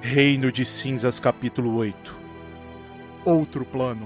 Reino de Cinzas, capítulo 8. Outro plano.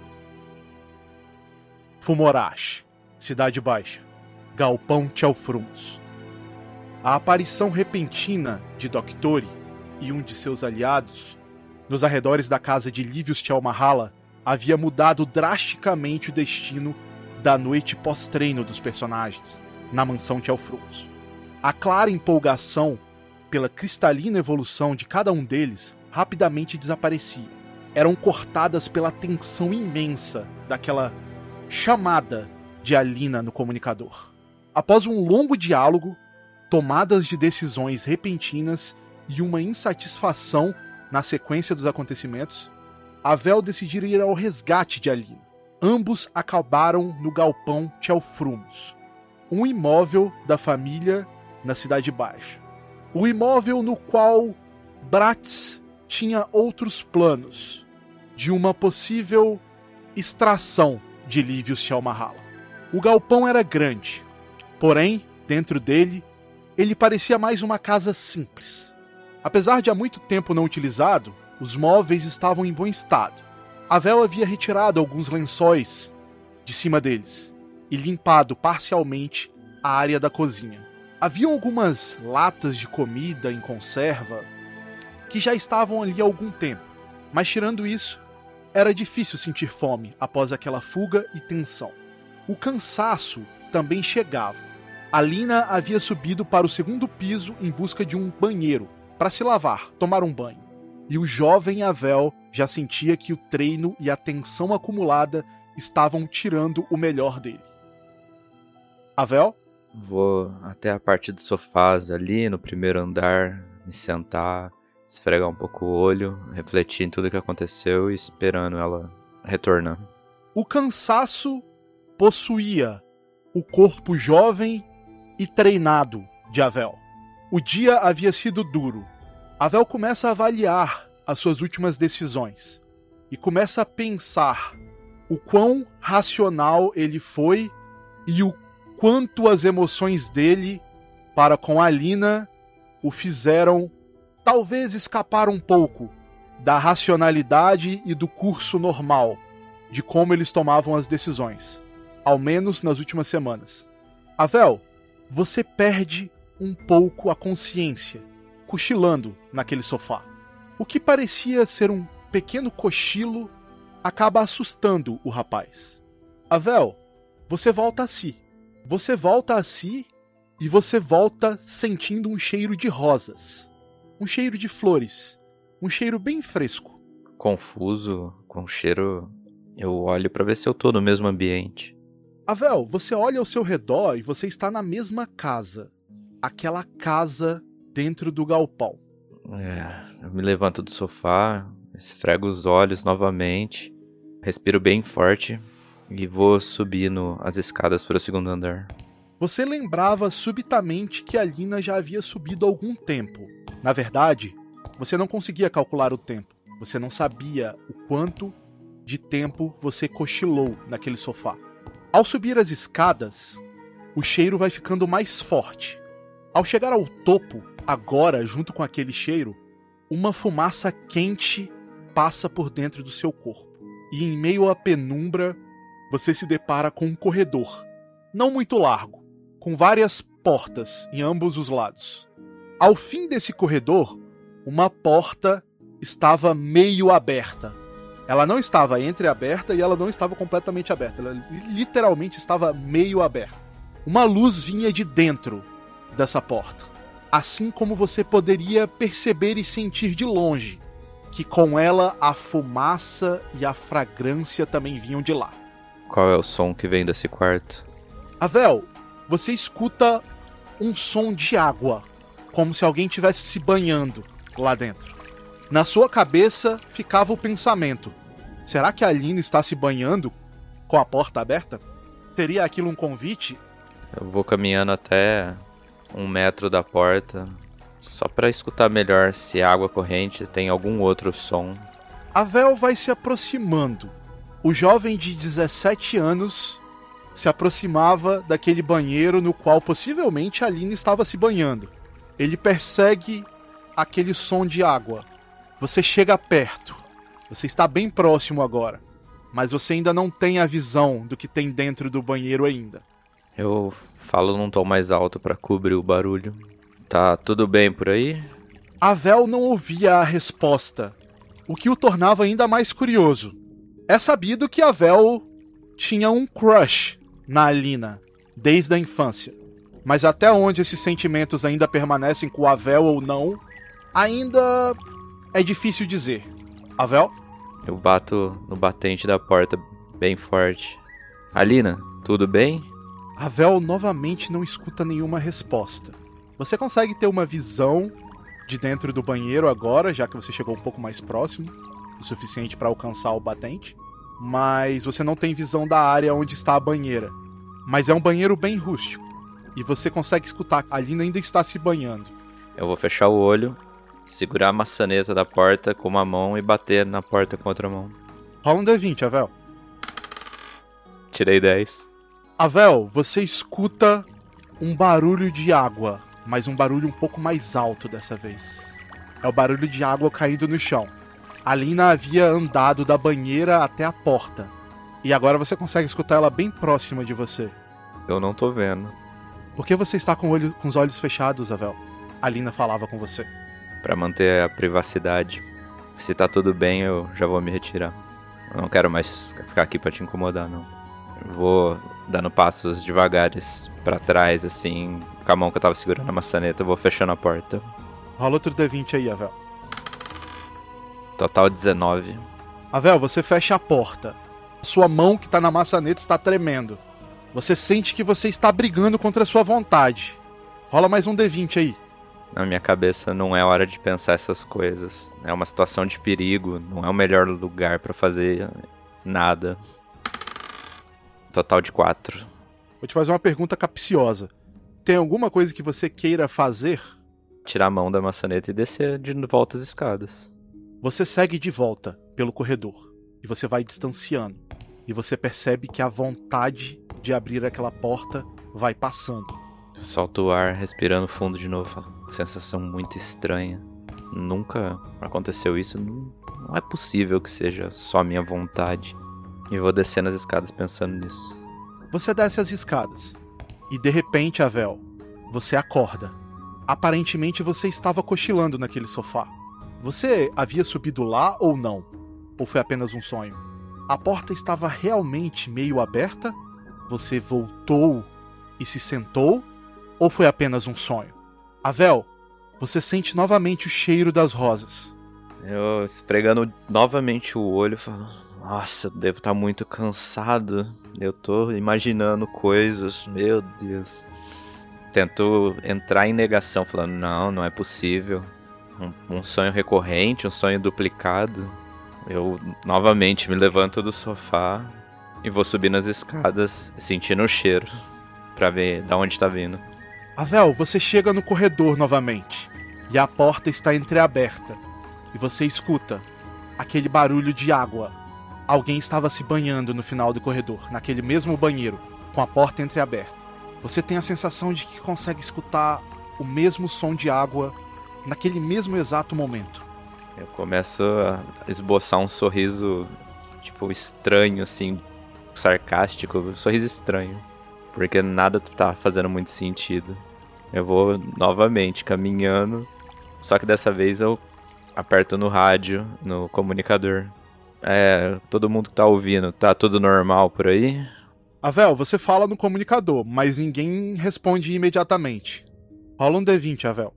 Fumorash, Cidade Baixa, Galpão Tchelfruns. A aparição repentina de Doctori e um de seus aliados nos arredores da casa de Livius Tchelmahala havia mudado drasticamente o destino da noite pós-treino dos personagens na mansão Tchelfruns. A clara empolgação pela cristalina evolução de cada um deles rapidamente desaparecia. Eram cortadas pela tensão imensa daquela chamada de Alina no comunicador. Após um longo diálogo, tomadas de decisões repentinas e uma insatisfação na sequência dos acontecimentos, Avel decidiram ir ao resgate de Alina. Ambos acabaram no galpão Tchelfruns, um imóvel da família na Cidade Baixa. O imóvel no qual Bratz tinha outros planos de uma possível extração de Livius Tchelmahala. O galpão era grande, porém, dentro dele, ele parecia mais uma casa simples. Apesar de há muito tempo não utilizado, os móveis estavam em bom estado. Avel havia retirado alguns lençóis de cima deles e limpado parcialmente a área da cozinha. Haviam algumas latas de comida em conserva que já estavam ali há algum tempo, mas tirando isso, era difícil sentir fome após aquela fuga e tensão. O cansaço também chegava. Alina havia subido para o segundo piso em busca de um banheiro para se lavar, tomar um banho. E o jovem Avel já sentia que o treino e a tensão acumulada estavam tirando o melhor dele. Avel? Vou até a parte dos sofás ali no primeiro andar, me sentar, esfregar um pouco o olho, refletir em tudo que aconteceu e esperando ela retornar. O cansaço possuía o corpo jovem e treinado de Avel. O dia havia sido duro. Avel começa a avaliar as suas últimas decisões e começa a pensar o quão racional ele foi e o quanto as emoções dele para com Alina o fizeram talvez escapar um pouco da racionalidade e do curso normal de como eles tomavam as decisões, ao menos nas últimas semanas. Avel, você perde um pouco a consciência, cochilando naquele sofá. O que parecia ser um pequeno cochilo acaba assustando o rapaz. Avel, você volta a si. Você volta a si e você volta sentindo um cheiro de rosas. Um cheiro de flores. Um cheiro bem fresco. Confuso, com cheiro, eu olho pra ver se eu tô no mesmo ambiente. Avel, você olha ao seu redor e você está na mesma casa. Aquela casa dentro do galpão. Eu me levanto do sofá, esfrego os olhos novamente, respiro bem forte e vou subindo as escadas para o segundo andar. Você lembrava subitamente que a Alina já havia subido há algum tempo. Na verdade, você não conseguia calcular o tempo. Você não sabia o quanto de tempo você cochilou naquele sofá. Ao subir as escadas, o cheiro vai ficando mais forte. Ao chegar ao topo, agora, junto com aquele cheiro, uma fumaça quente passa por dentro do seu corpo. E em meio à penumbra, você se depara com um corredor, não muito largo, com várias portas em ambos os lados. Ao fim desse corredor, uma porta estava meio aberta. Ela não estava entreaberta e ela não estava completamente aberta. Ela literalmente estava meio aberta. Uma luz vinha de dentro dessa porta. Assim como você poderia perceber e sentir de longe que com ela a fumaça e a fragrância também vinham de lá. Qual é o som que vem desse quarto? Avel, você escuta um som de água, como se alguém estivesse se banhando lá dentro. Na sua cabeça ficava o pensamento: será que a Alina está se banhando com a porta aberta? Seria aquilo um convite? Eu vou caminhando até 1 metro da porta, só para escutar melhor se a água corrente tem algum outro som. Avel vai se aproximando. O jovem de 17 anos se aproximava daquele banheiro no qual possivelmente a Alina estava se banhando. Ele persegue aquele som de água Você chega perto. Você está bem próximo agora. Mas você ainda não tem a visão do que tem dentro do banheiro ainda. Eu falo num tom mais alto pra cobrir o barulho. Tá tudo bem por aí? Avel não ouvia a resposta, o que o tornava ainda mais curioso. É sabido que Avel tinha um crush na Alina, desde a infância. Mas até onde esses sentimentos ainda permanecem com Avel ou não, ainda é difícil dizer. Avel? Eu bato no batente da porta bem forte. Alina, tudo bem? Avel novamente não escuta nenhuma resposta. Você consegue ter uma visão de dentro do banheiro agora, já que você chegou um pouco mais próximo, o suficiente para alcançar o batente, mas você não tem visão da área onde está a banheira. Mas é um banheiro bem rústico, e você consegue escutar que a Alina ainda está se banhando. Eu vou fechar o olho, segurar a maçaneta da porta com uma mão e bater na porta com outra mão. Rola um D20, Avel. Tirei 10. Avel, você escuta um barulho de água, mas um barulho um pouco mais alto dessa vez. É o barulho de água caindo no chão. A Alina havia andado da banheira até a porta, e agora você consegue escutar ela bem próxima de você. Eu não tô vendo. Por que você está com os olhos fechados, Avel? A Alina falava com você. Pra manter a privacidade. Se tá tudo bem, eu já vou me retirar. Eu não quero mais ficar aqui pra te incomodar, não. Eu vou dando passos devagares pra trás, assim, com a mão que eu tava segurando a maçaneta, eu vou fechando a porta. Rola outro D20 aí, Avel. Total 19. Avel, você fecha a porta. Sua mão que tá na maçaneta está tremendo. Você sente que você está brigando contra a sua vontade. Rola mais um D20 aí. Na minha cabeça não é hora de pensar essas coisas. É uma situação de perigo, não é o melhor lugar pra fazer nada. Total de 4. Vou te fazer uma pergunta capciosa. Tem alguma coisa que você queira fazer? Tirar a mão da maçaneta e descer de volta as escadas. Você segue de volta pelo corredor. E você vai distanciando. E você percebe que a vontade de abrir aquela porta vai passando. Solto o ar, respirando fundo de novo. Sensação muito estranha. Nunca aconteceu isso. Não é possível que seja só minha vontade. E vou descendo as escadas pensando nisso. Você desce as escadas. E de repente, Avel, você acorda. Aparentemente você estava cochilando naquele sofá. Você havia subido lá ou não? Ou foi apenas um sonho? A porta estava realmente meio aberta? Você voltou e se sentou? Ou foi apenas um sonho? Avel, você sente novamente o cheiro das rosas. Eu esfregando novamente o olho, falo... Nossa, eu devo estar muito cansado. Eu tô imaginando coisas, meu Deus. Tento entrar em negação, falando, não é possível. Um sonho recorrente, um sonho duplicado. Eu novamente me levanto do sofá e vou subir nas escadas, sentindo o cheiro, pra ver de onde tá vindo. Avel, você chega no corredor novamente, e a porta está entreaberta, e você escuta aquele barulho de água. Alguém estava se banhando no final do corredor, naquele mesmo banheiro, com a porta entreaberta. Você tem a sensação de que consegue escutar o mesmo som de água naquele mesmo exato momento. Eu começo a esboçar um sorriso, tipo, estranho, assim, sarcástico, um sorriso estranho, porque nada tá fazendo muito sentido. Eu vou novamente caminhando, só que dessa vez eu aperto no rádio, no comunicador. Todo mundo que tá ouvindo, tá tudo normal por aí? Avel, você fala no comunicador, mas ninguém responde imediatamente. Rola um D20, Avel.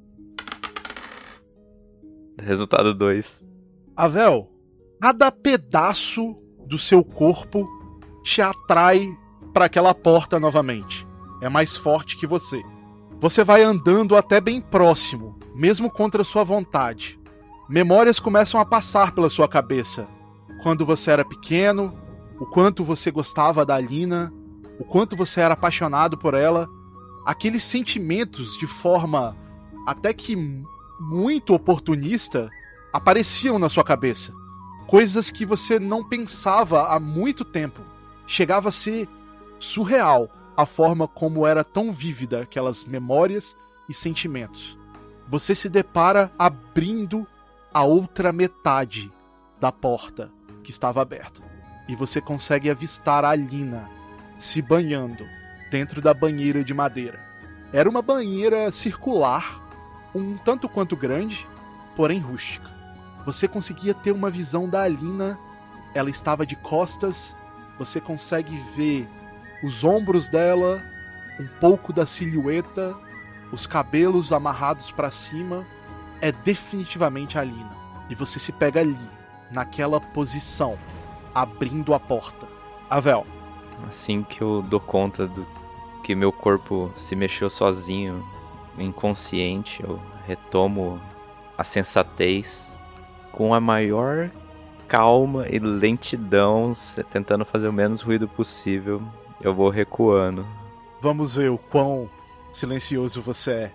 Resultado 2. Avel, cada pedaço do seu corpo te atrai para aquela porta novamente. É mais forte que você. Você vai andando até bem próximo, mesmo contra sua vontade. Memórias começam a passar pela sua cabeça. Quando você era pequeno, o quanto você gostava da Alina, o quanto você era apaixonado por ela. Aqueles sentimentos, de forma até que muito oportunista, apareciam na sua cabeça. Coisas que você não pensava há muito tempo. Chegava a ser surreal a forma como era tão vívida aquelas memórias e sentimentos. Você se depara abrindo a outra metade da porta que estava aberta. E você consegue avistar a Alina se banhando dentro da banheira de madeira. Era uma banheira circular, um tanto quanto grande, porém rústica. Você conseguia ter uma visão da Alina, ela estava de costas, você consegue ver os ombros dela, um pouco da silhueta, os cabelos amarrados para cima. É definitivamente a Alina. E você se pega ali, naquela posição, abrindo a porta. Avel. Assim que eu dou conta do que meu corpo se mexeu sozinho, inconsciente, eu retomo a sensatez com a maior calma e lentidão, tentando fazer o menos ruído possível. Eu vou recuando. Vamos ver o quão silencioso você é.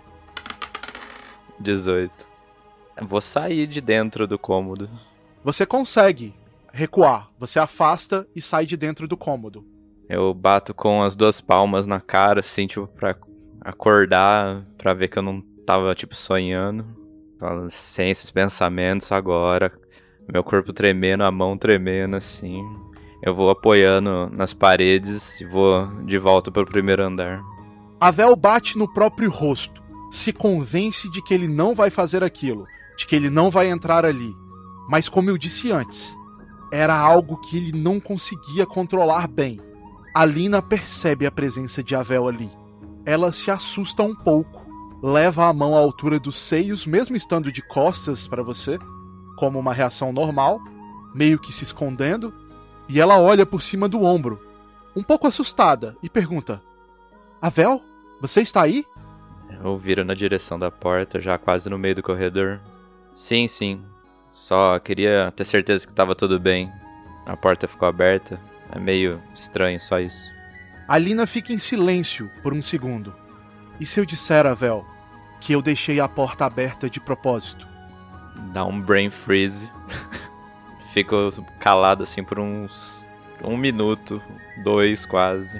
18. Eu vou sair de dentro do cômodo. Você consegue recuar. Você afasta e sai de dentro do cômodo. Eu bato com as 2 palmas na cara, assim, tipo, pra acordar, pra ver que eu não tava, tipo, sonhando. Sem esses pensamentos agora. Meu corpo tremendo, a mão tremendo, assim. Eu vou apoiando nas paredes e vou de volta pro primeiro andar. Avel bate no próprio rosto. Se convence de que ele não vai fazer aquilo. De que ele não vai entrar ali. Mas como eu disse antes, era algo que ele não conseguia controlar bem. Alina percebe a presença de Avel ali. Ela se assusta um pouco. Leva a mão à altura dos seios, mesmo estando de costas para você. Como uma reação normal. Meio que se escondendo. E ela olha por cima do ombro. Um pouco assustada. E pergunta: Avel, você está aí? Eu viro na direção da porta, já quase no meio do corredor. Sim. Só queria ter certeza que estava tudo bem. A porta ficou aberta. É meio estranho, só isso. Alina fica em silêncio por um segundo. E se eu disser, Avel, que eu deixei a porta aberta de propósito? Dá um brain freeze. Fico calado assim por uns 1 minuto, 2 quase.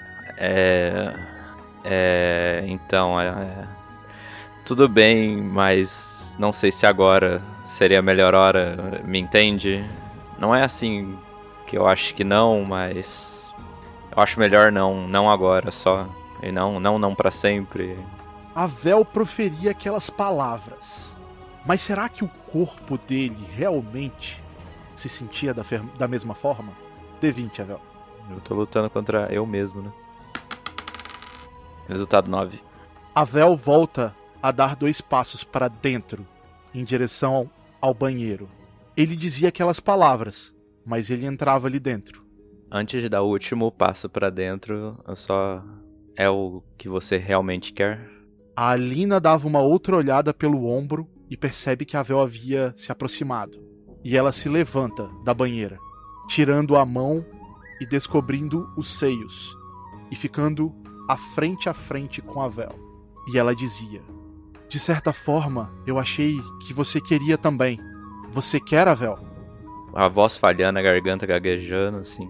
Então, tudo bem, mas não sei se agora seria a melhor hora, me entende? Não é assim que eu acho que não, mas eu acho melhor não agora só. E não pra sempre. Avel proferia aquelas palavras. Mas será que o corpo dele realmente se sentia da mesma forma? D20, Avel. Eu tô lutando contra eu mesmo, né? Resultado 9. Avel volta a dar 2 passos para dentro, em direção ao banheiro. Ele dizia aquelas palavras, mas ele entrava ali dentro. Antes de dar o último passo pra dentro, eu só... É o que você realmente quer? A Alina dava uma outra olhada pelo ombro e percebe que Avel havia se aproximado. E ela se levanta da banheira, tirando a mão e descobrindo os seios, e ficando a frente com Avel. E ela dizia: de certa forma, eu achei que você queria também. Você quer, Avel? A voz falhando, a garganta gaguejando, assim.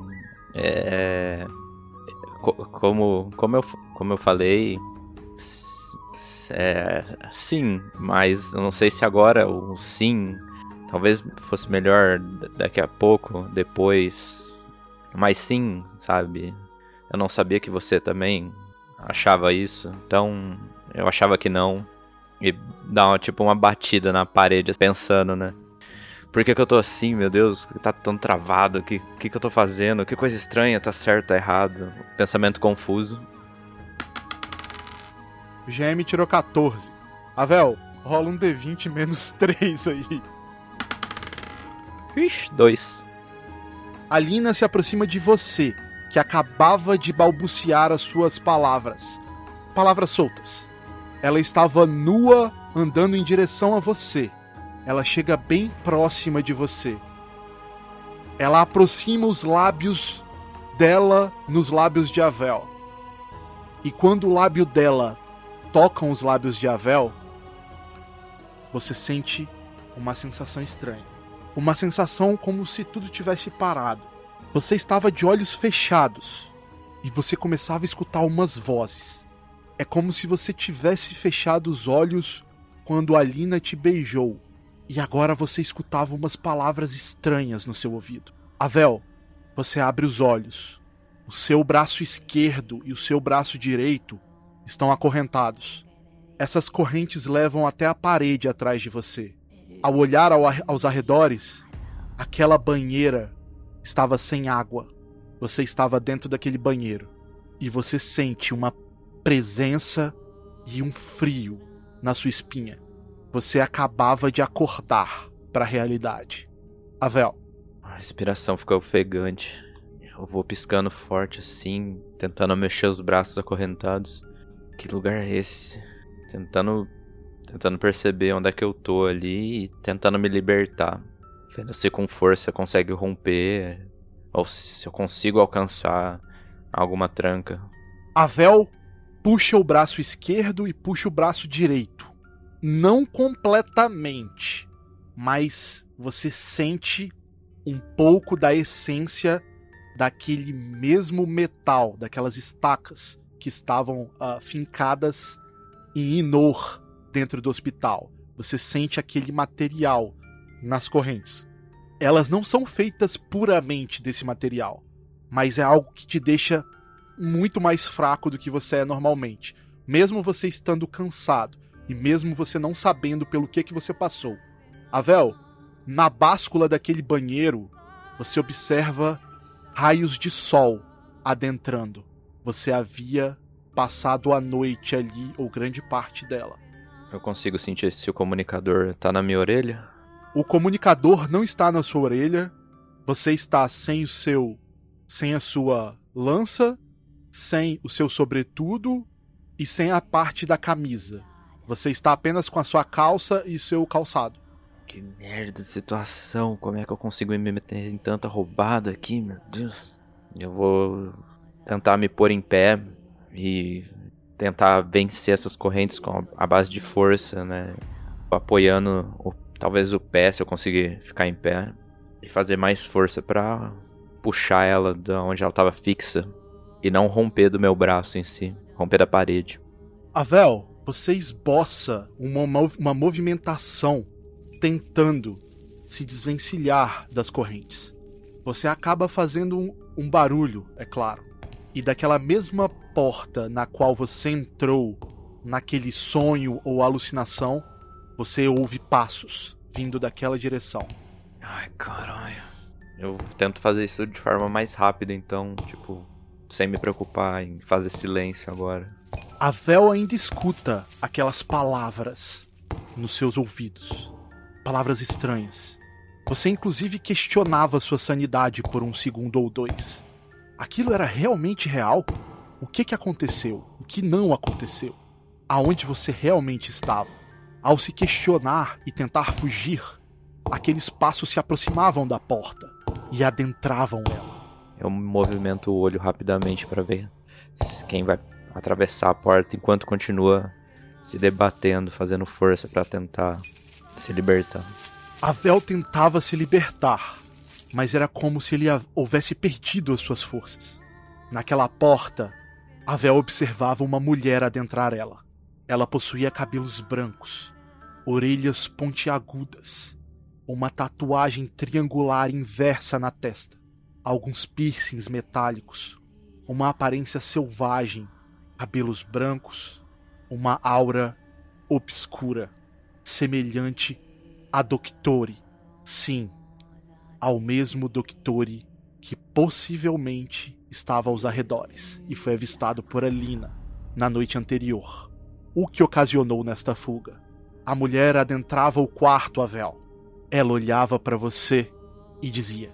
Como eu falei, sim, mas eu não sei se agora o sim talvez fosse melhor daqui a pouco, depois. Mas sim, sabe? Eu não sabia que você também achava isso, então eu achava que não. E dá uma batida na parede pensando, né? Por que eu tô assim, meu Deus? Tá tão travado? O que eu tô fazendo? Que coisa estranha, tá certo, tá errado? Pensamento confuso. O GM tirou 14. Avel, rola um D20 menos 3 aí. Ixi, 2. Alina se aproxima de você, que acabava de balbuciar as suas palavras. Palavras soltas. Ela estava nua, andando em direção a você. Ela chega bem próxima de você. Ela aproxima os lábios dela nos lábios de Avel. E quando o lábio dela toca os lábios de Avel, você sente uma sensação estranha. Uma sensação como se tudo tivesse parado. Você estava de olhos fechados e você começava a escutar umas vozes. É como se você tivesse fechado os olhos quando a Alina te beijou. E agora você escutava umas palavras estranhas no seu ouvido. Avel, você abre os olhos. O seu braço esquerdo e o seu braço direito estão acorrentados. Essas correntes levam até a parede atrás de você. Ao olhar aos arredores, aquela banheira estava sem água. Você estava dentro daquele banheiro. E você sente uma presença e um frio na sua espinha. Você acabava de acordar para a realidade. Avel. A respiração fica ofegante. Eu vou piscando forte assim, tentando mexer os braços acorrentados. Que lugar é esse? Tentando perceber onde é que eu tô ali e tentando me libertar. Vendo se com força consegue romper, ou se eu consigo alcançar alguma tranca. Avel puxa o braço esquerdo e puxa o braço direito. Não completamente, mas você sente um pouco da essência daquele mesmo metal, daquelas estacas que estavam fincadas em Inor dentro do hospital. Você sente aquele material nas correntes. Elas não são feitas puramente desse material, mas é algo que te deixa muito mais fraco do que você é normalmente. Mesmo você estando cansado e mesmo você não sabendo pelo que você passou. Avel, na báscula daquele banheiro, você observa raios de sol adentrando. Você havia passado a noite ali, ou grande parte dela. Eu consigo sentir se o comunicador tá na minha orelha? O comunicador não está na sua orelha. Você está sem a sua lança, sem o seu sobretudo e sem a parte da camisa. Você está apenas com a sua calça e seu calçado. Que merda de situação. Como é que eu consigo me meter em tanta roubada aqui, meu Deus? Eu vou tentar me pôr em pé e tentar vencer essas correntes com a base de força, né? Apoiando talvez o pé, se eu conseguir ficar em pé. E fazer mais força pra puxar ela de onde ela estava fixa. E não romper do meu braço em si. Romper da parede. Avel, você esboça uma movimentação tentando se desvencilhar das correntes. Você acaba fazendo um barulho, é claro. E daquela mesma porta na qual você entrou, naquele sonho ou alucinação, você ouve passos vindo daquela direção. Ai, caralho. Eu tento fazer isso de forma mais rápida, então, tipo, sem me preocupar em fazer silêncio agora. Avel ainda escuta aquelas palavras nos seus ouvidos. Palavras estranhas. Você inclusive questionava sua sanidade por um segundo ou dois. Aquilo era realmente real? O que aconteceu? O que não aconteceu? Aonde você realmente estava? Ao se questionar e tentar fugir, aqueles passos se aproximavam da porta e adentravam ela. Eu movimento o olho rapidamente para ver quem vai atravessar a porta enquanto continua se debatendo, fazendo força para tentar se libertar. Avel tentava se libertar, mas era como se ele houvesse perdido as suas forças. Naquela porta, Avel observava uma mulher adentrar ela. Ela possuía cabelos brancos, orelhas pontiagudas, uma tatuagem triangular inversa na testa, alguns piercings metálicos, uma aparência selvagem, cabelos brancos, uma aura obscura, semelhante a Doctore. Sim, ao mesmo Doctore que possivelmente estava aos arredores e foi avistado por Alina na noite anterior. O que ocasionou nesta fuga? A mulher adentrava o quarto, Avel. Ela olhava para você e dizia: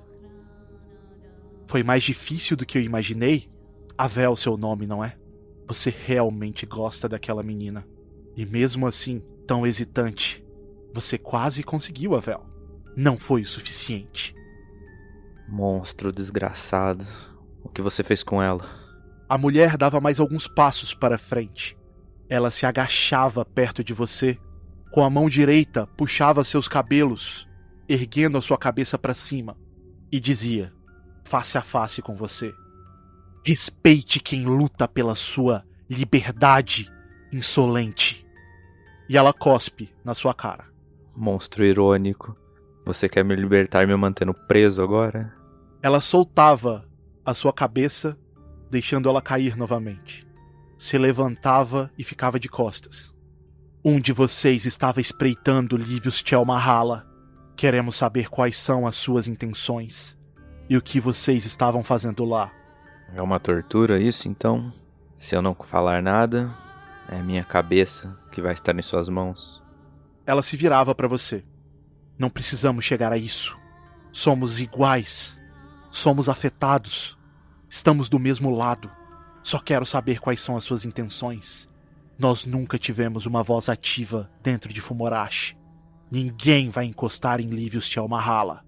foi mais difícil do que eu imaginei? Avel, seu nome, não é? Você realmente gosta daquela menina. E mesmo assim, tão hesitante, você quase conseguiu, Avel. Não foi o suficiente. Monstro desgraçado. O que você fez com ela? A mulher dava mais alguns passos para frente. Ela se agachava perto de você. Com a mão direita, puxava seus cabelos, erguendo a sua cabeça para cima, e dizia, face a face com você: respeite quem luta pela sua liberdade, insolente. E ela cospe na sua cara. monstro irônico. Você quer me libertar me mantendo preso agora? Ela soltava a sua cabeça, deixando ela cair novamente. Se levantava e ficava de costas. Um de vocês estava espreitando Livius Thelmahala. Queremos saber quais são as suas intenções e o que vocês estavam fazendo lá. É uma tortura isso, então? Se eu não falar nada, é minha cabeça que vai estar em suas mãos. Ela se virava para você. Não precisamos chegar a isso. Somos iguais. Somos afetados. Estamos do mesmo lado. Só quero saber quais são as suas intenções. Nós nunca tivemos uma voz ativa dentro de Fumorashi. Ninguém vai encostar em Livius Thelmahala.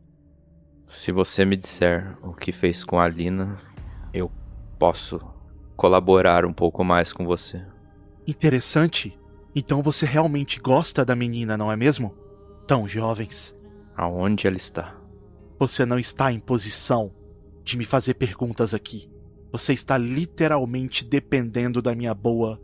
Se você me disser o que fez com a Alina, eu posso colaborar um pouco mais com você. Interessante. Então você realmente gosta da menina, não é mesmo? Tão jovens. Aonde ela está? Você não está em posição de me fazer perguntas aqui. Você está literalmente dependendo da minha boa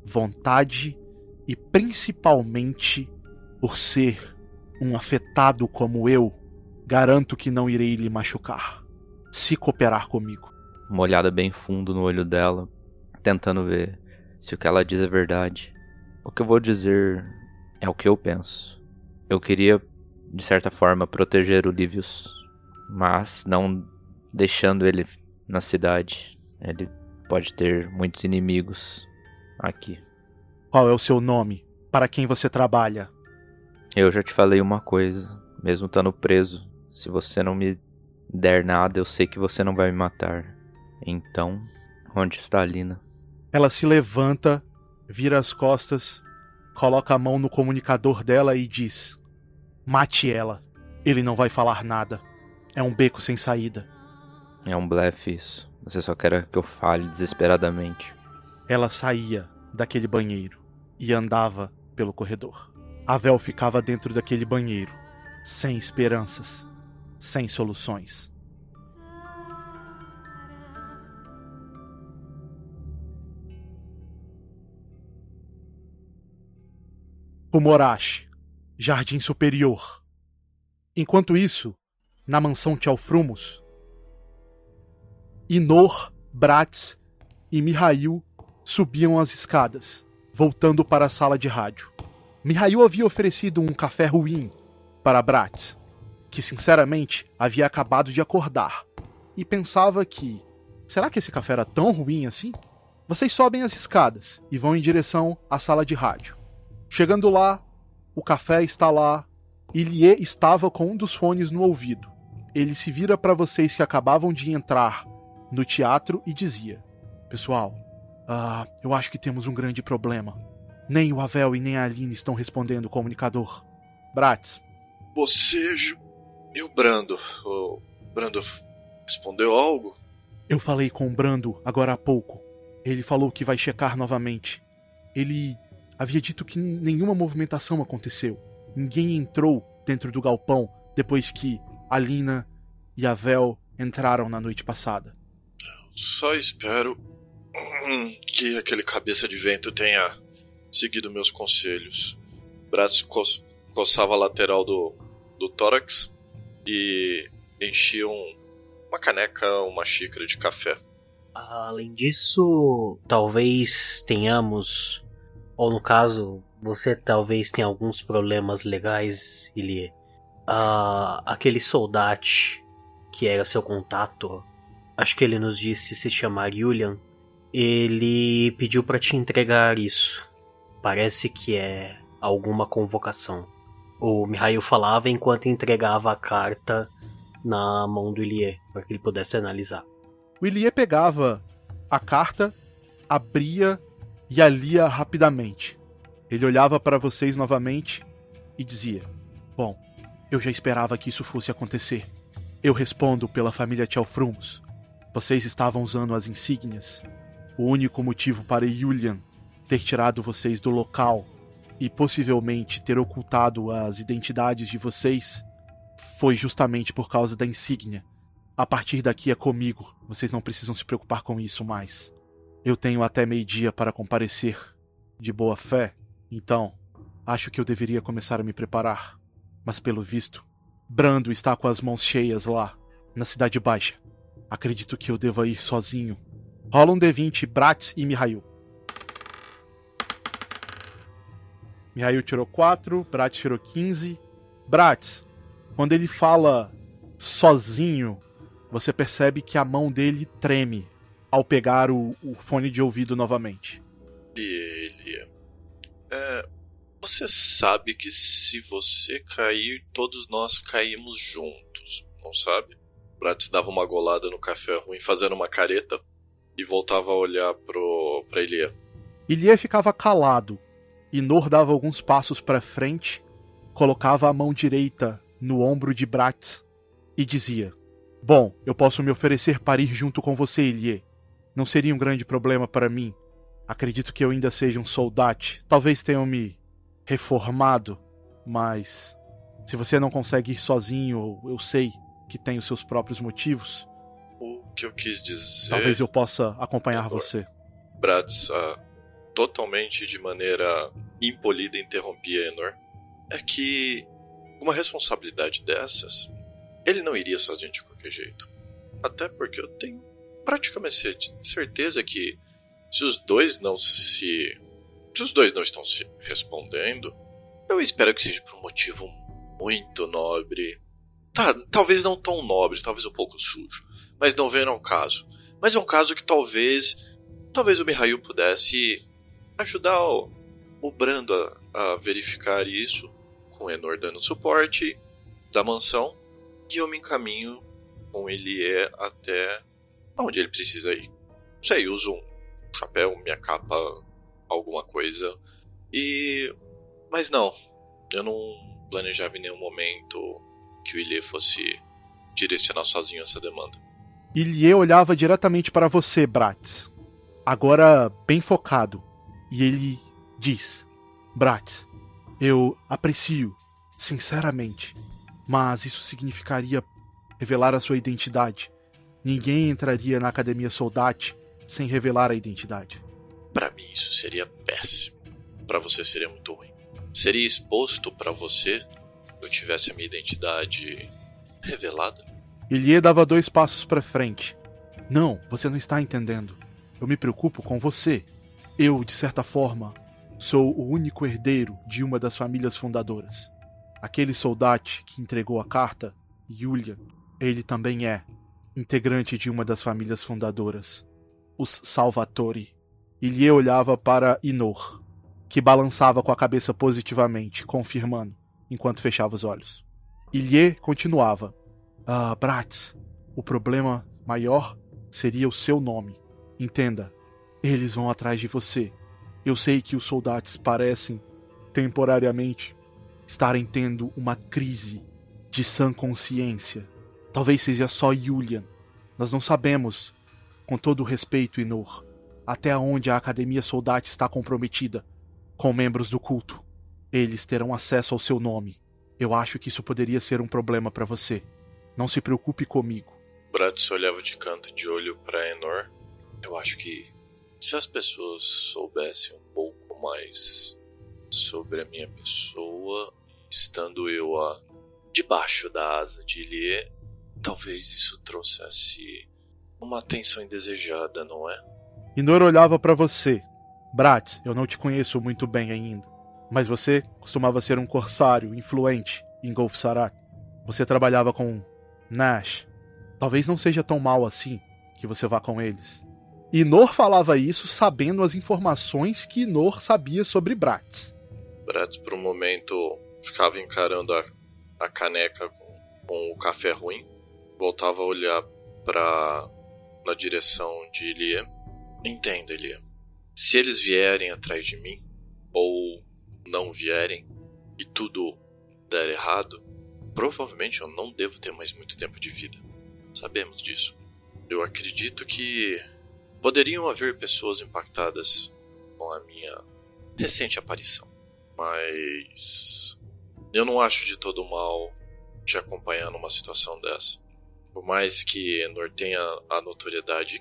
vontade e principalmente por ser um afetado como eu, garanto que não irei lhe machucar, se cooperar comigo. Uma olhada bem fundo no olho dela, tentando ver se o que ela diz é verdade. O que eu vou dizer é o que eu penso. Eu queria, de certa forma, proteger o Livius, mas não deixando ele na cidade. Ele pode ter muitos inimigos aqui. Qual é o seu nome? Para quem você trabalha? Eu já te falei uma coisa, mesmo estando preso. Se você não me der nada, eu sei que você não vai me matar. Então, onde está a Lina? Ela se levanta, vira as costas, coloca a mão no comunicador dela e diz: mate ela. Ele não vai falar nada. É um beco sem saída. É um blefe isso. Você só quer que eu fale desesperadamente. Ela saía daquele banheiro e andava pelo corredor. A Vel ficava dentro daquele banheiro, sem esperanças, sem soluções. Fumorashi, Jardim Superior. Enquanto isso, na mansão Thelfrumos, Inor, Bratz e Mihail subiam as escadas, voltando para a sala de rádio. Mihail havia oferecido um café ruim para Bratz, que sinceramente havia acabado de acordar, e pensava que, será que esse café era tão ruim assim? Vocês sobem as escadas e vão em direção à sala de rádio. Chegando lá, o café está lá, e Ilie estava com um dos fones no ouvido. Ele se vira para vocês que acabavam de entrar no teatro e dizia: pessoal, eu acho que temos um grande problema. Nem o Avel e nem a Aline estão respondendo o comunicador. Bratz. Bocejo. E o Brando? O Brando respondeu algo? Eu falei com o Brando agora há pouco. Ele falou que vai checar novamente. Ele havia dito que nenhuma movimentação aconteceu. Ninguém entrou dentro do galpão depois que a Lina e a Vel entraram na noite passada. Só espero que aquele cabeça de vento tenha seguido meus conselhos. Bratz coçava a lateral do tórax e enchia uma caneca, uma xícara de café. Além disso, talvez tenhamos, ou no caso, você talvez tenha alguns problemas legais, Ilie. Aquele soldate que era seu contato, acho que ele nos disse se chamar Julian, ele pediu para te entregar isso. Parece que é alguma convocação. O Mihail falava enquanto entregava a carta na mão do Ilie, para que ele pudesse analisar. O Ilie pegava a carta, abria e a lia rapidamente. Ele olhava para vocês novamente e dizia: bom, eu já esperava que isso fosse acontecer. Eu respondo pela família Thelfrumos. Vocês estavam usando as insígnias. O único motivo para Julian ter tirado vocês do local e possivelmente ter ocultado as identidades de vocês foi justamente por causa da insígnia. A partir daqui é comigo. Vocês não precisam se preocupar com isso mais. Eu tenho até meio-dia para comparecer de boa fé. Então, acho que eu deveria começar a me preparar. Mas pelo visto, Brando está com as mãos cheias lá, na Cidade Baixa. Acredito que eu deva ir sozinho. Rola um D20, Bratz e Mihail. Mihail tirou 4, Bratz tirou 15. Bratz, quando ele fala sozinho, você percebe que a mão dele treme ao pegar o fone de ouvido novamente. Ele... você sabe que se você cair, todos nós caímos juntos, não sabe? Bratz dava uma golada no café ruim, fazendo uma careta, e voltava a olhar pra Ilie. Ilie ficava calado. Inor dava alguns passos para frente, colocava a mão direita no ombro de Bratz e dizia: Bom, eu posso me oferecer para ir junto com você, Ilie. Não seria um grande problema para mim. Acredito que eu ainda seja um soldate. Talvez tenham me reformado, mas se você não consegue ir sozinho, eu sei que tem os seus próprios motivos. O que eu quis dizer... Talvez eu possa acompanhar você. Bratz, totalmente de maneira impolida, interrompia Enor. É que uma responsabilidade dessas, ele não iria sozinho de qualquer jeito. Até porque eu tenho praticamente certeza que se os dois não estão se respondendo, eu espero que seja por um motivo muito nobre. Talvez não tão nobre, talvez um pouco sujo, mas não vem ao caso. Mas é um caso que talvez o Mihail pudesse ajudar o Brando a verificar isso, com o Enor dando suporte da mansão, e eu me encaminho com ele até onde ele precisa ir. Não sei, uso um chapéu, minha capa, alguma coisa. Mas não, eu não planejava em nenhum momento que o Ilie fosse direcionar sozinho essa demanda. Ilie olhava diretamente para você, Bratz, agora bem focado, e ele diz: Bratz, eu aprecio, sinceramente, mas isso significaria revelar a sua identidade. Ninguém entraria na Academia Soldate sem revelar a identidade. Pra mim isso seria péssimo. Pra você seria muito ruim. Seria exposto pra você se eu tivesse a minha identidade revelada? Ilie dava 2 passos pra frente. Não, você não está entendendo. Eu me preocupo com você. Eu, de certa forma, sou o único herdeiro de uma das famílias fundadoras. Aquele soldate que entregou a carta, Julian, ele também é integrante de uma das famílias fundadoras, os Salvatori. Ilie olhava para Inor, que balançava com a cabeça positivamente, confirmando, enquanto fechava os olhos. Ilie continuava: Bratz, o problema maior seria o seu nome. Entenda, eles vão atrás de você. Eu sei que os soldados parecem, temporariamente, estarem tendo uma crise de sã consciência. Talvez seja só Julian. Nós não sabemos, com todo o respeito, Inor, até onde a Academia Soldate está comprometida com membros do culto. Eles terão acesso ao seu nome. Eu acho que isso poderia ser um problema para você. Não se preocupe comigo. Bratz olhava de canto de olho para Enor. Eu acho que se as pessoas soubessem um pouco mais sobre a minha pessoa, estando eu debaixo da asa de Ilie, talvez isso trouxesse uma atenção indesejada, não é? Inor olhava para você. Bratz, eu não te conheço muito bem ainda, mas você costumava ser um corsário influente em Golf Sarat. Você trabalhava com Nash. Talvez não seja tão mal assim que você vá com eles. Inor falava isso sabendo as informações que Inor sabia sobre Bratz. Bratz, por um momento, ficava encarando a caneca com o café ruim. Voltava a olhar na direção de Ilie. Entenda, Ilie. Se eles vierem atrás de mim, ou não vierem, e tudo der errado, provavelmente eu não devo ter mais muito tempo de vida. Sabemos disso. Eu acredito que poderiam haver pessoas impactadas com a minha recente aparição. Mas eu não acho de todo mal te acompanhar numa situação dessa. Por mais que Enor tenha a notoriedade,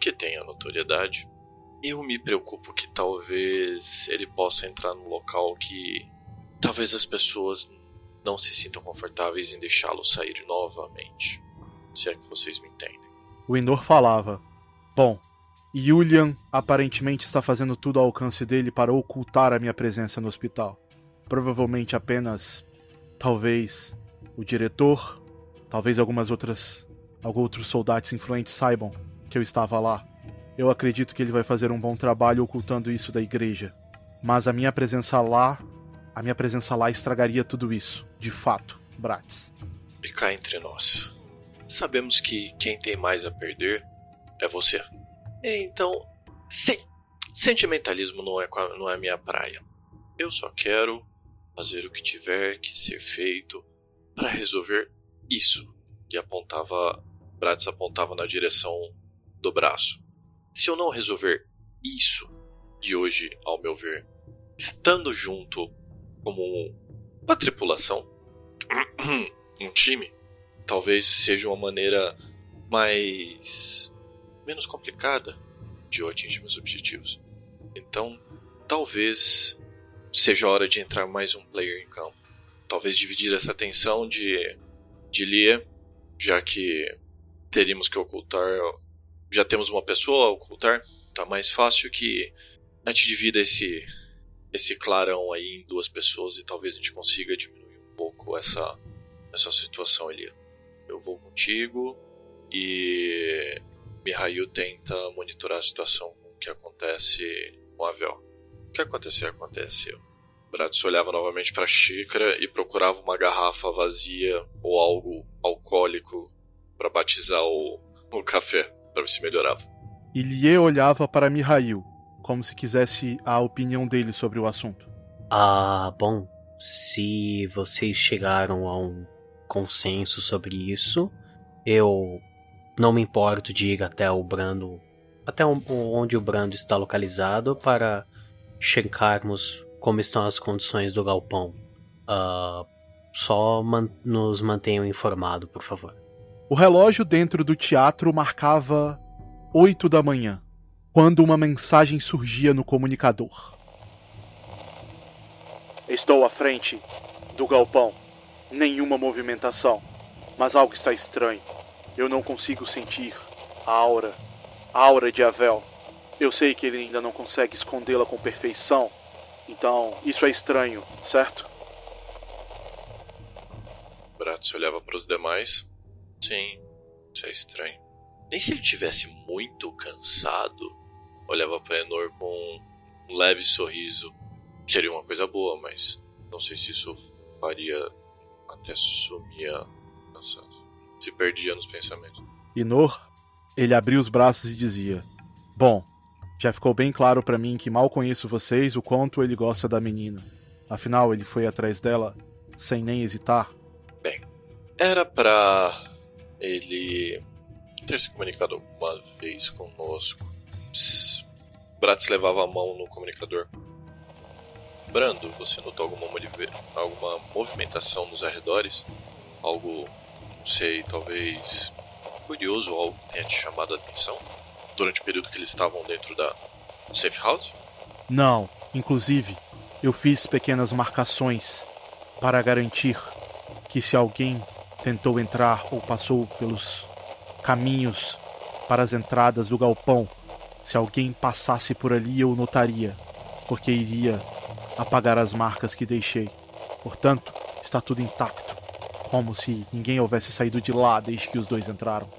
eu me preocupo que talvez ele possa entrar num local que talvez as pessoas não se sintam confortáveis em deixá-lo sair novamente. Se é que vocês me entendem. O Inor falava. Bom, Julian aparentemente está fazendo tudo ao alcance dele para ocultar a minha presença no hospital. Provavelmente apenas, talvez, o diretor, talvez alguns outros soldados influentes saibam que eu estava lá. Eu acredito que ele vai fazer um bom trabalho ocultando isso da igreja. Mas a minha presença lá estragaria tudo isso, de fato, Bratz. E cá entre nós, sabemos que quem tem mais a perder é você. Então, sentimentalismo não é minha praia. Eu só quero fazer o que tiver que ser feito para resolver isso. E Bratz apontava na direção do braço. Se eu não resolver isso, de hoje, ao meu ver, estando junto como uma tripulação, um time, talvez seja uma maneira menos complicada de eu atingir meus objetivos. Então, talvez seja hora de entrar mais um player em campo. Talvez dividir essa tensão de Lie, já que teríamos que ocultar. Já temos uma pessoa a ocultar. Tá mais fácil que a gente divida esse clarão aí em duas pessoas e talvez a gente consiga diminuir um pouco essa situação, Lie. Eu vou contigo e Mihail tenta monitorar a situação com o que acontece com a Vel. O que acontecer, aconteceu. Bratz olhava novamente para a xícara e procurava uma garrafa vazia ou algo alcoólico para batizar o café, para ver se melhorava. Ilie olhava para Mihail, como se quisesse a opinião dele sobre o assunto. Bom, se vocês chegaram a um consenso sobre isso, eu não me importo de ir até o Brando, até onde o Brando está localizado, para checarmos como estão as condições do galpão. Só nos mantenham informados, por favor. O relógio dentro do teatro marcava 8 da manhã, quando uma mensagem surgia no comunicador. Estou à frente do galpão. Nenhuma movimentação, mas algo está estranho. Eu não consigo sentir a aura de Avel. Eu sei que ele ainda não consegue escondê-la com perfeição, então isso é estranho, certo? Bratz olhava para os demais. Sim, isso é estranho. Nem se ele tivesse muito cansado, olhava para Enor com um leve sorriso. Seria uma coisa boa, mas não sei se isso faria até sumir cansado. Se perdia nos pensamentos. Enor, ele abria os braços e dizia: Bom, já ficou bem claro para mim que mal conheço vocês o quanto ele gosta da menina. Afinal, ele foi atrás dela sem nem hesitar. Bem, era pra ele ter se comunicado alguma vez conosco. Bratz levava a mão no comunicador. Brando, você notou alguma movimentação nos arredores? Algo, não sei, talvez curioso, algo que tenha te chamado a atenção? Durante o período que eles estavam dentro da safe house? Não, inclusive, eu fiz pequenas marcações para garantir que se alguém tentou entrar ou passou pelos caminhos para as entradas do galpão, se alguém passasse por ali eu notaria, porque iria apagar as marcas que deixei. Portanto, está tudo intacto, como se ninguém houvesse saído de lá desde que os dois entraram.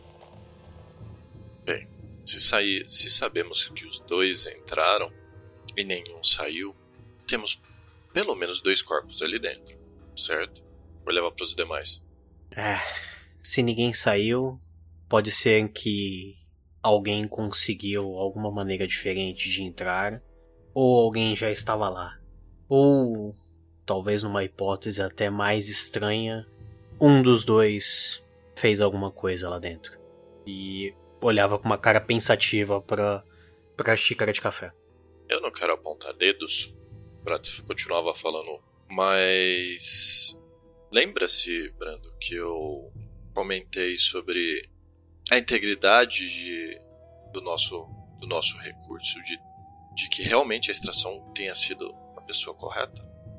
Bem, se sabemos que os dois entraram e nenhum saiu, temos pelo menos 2 corpos ali dentro, certo? Olhava para os demais. Se ninguém saiu, pode ser que alguém conseguiu alguma maneira diferente de entrar, ou alguém já estava lá. Ou, talvez numa hipótese até mais estranha, um dos dois fez alguma coisa lá dentro. E olhava com uma cara pensativa pra xícara de café. Eu não quero apontar dedos, Bratz continuava falando, mas lembra-se, Brando, que eu comentei sobre a integridade do nosso recurso, de que realmente a extração tenha sido a pessoa correta?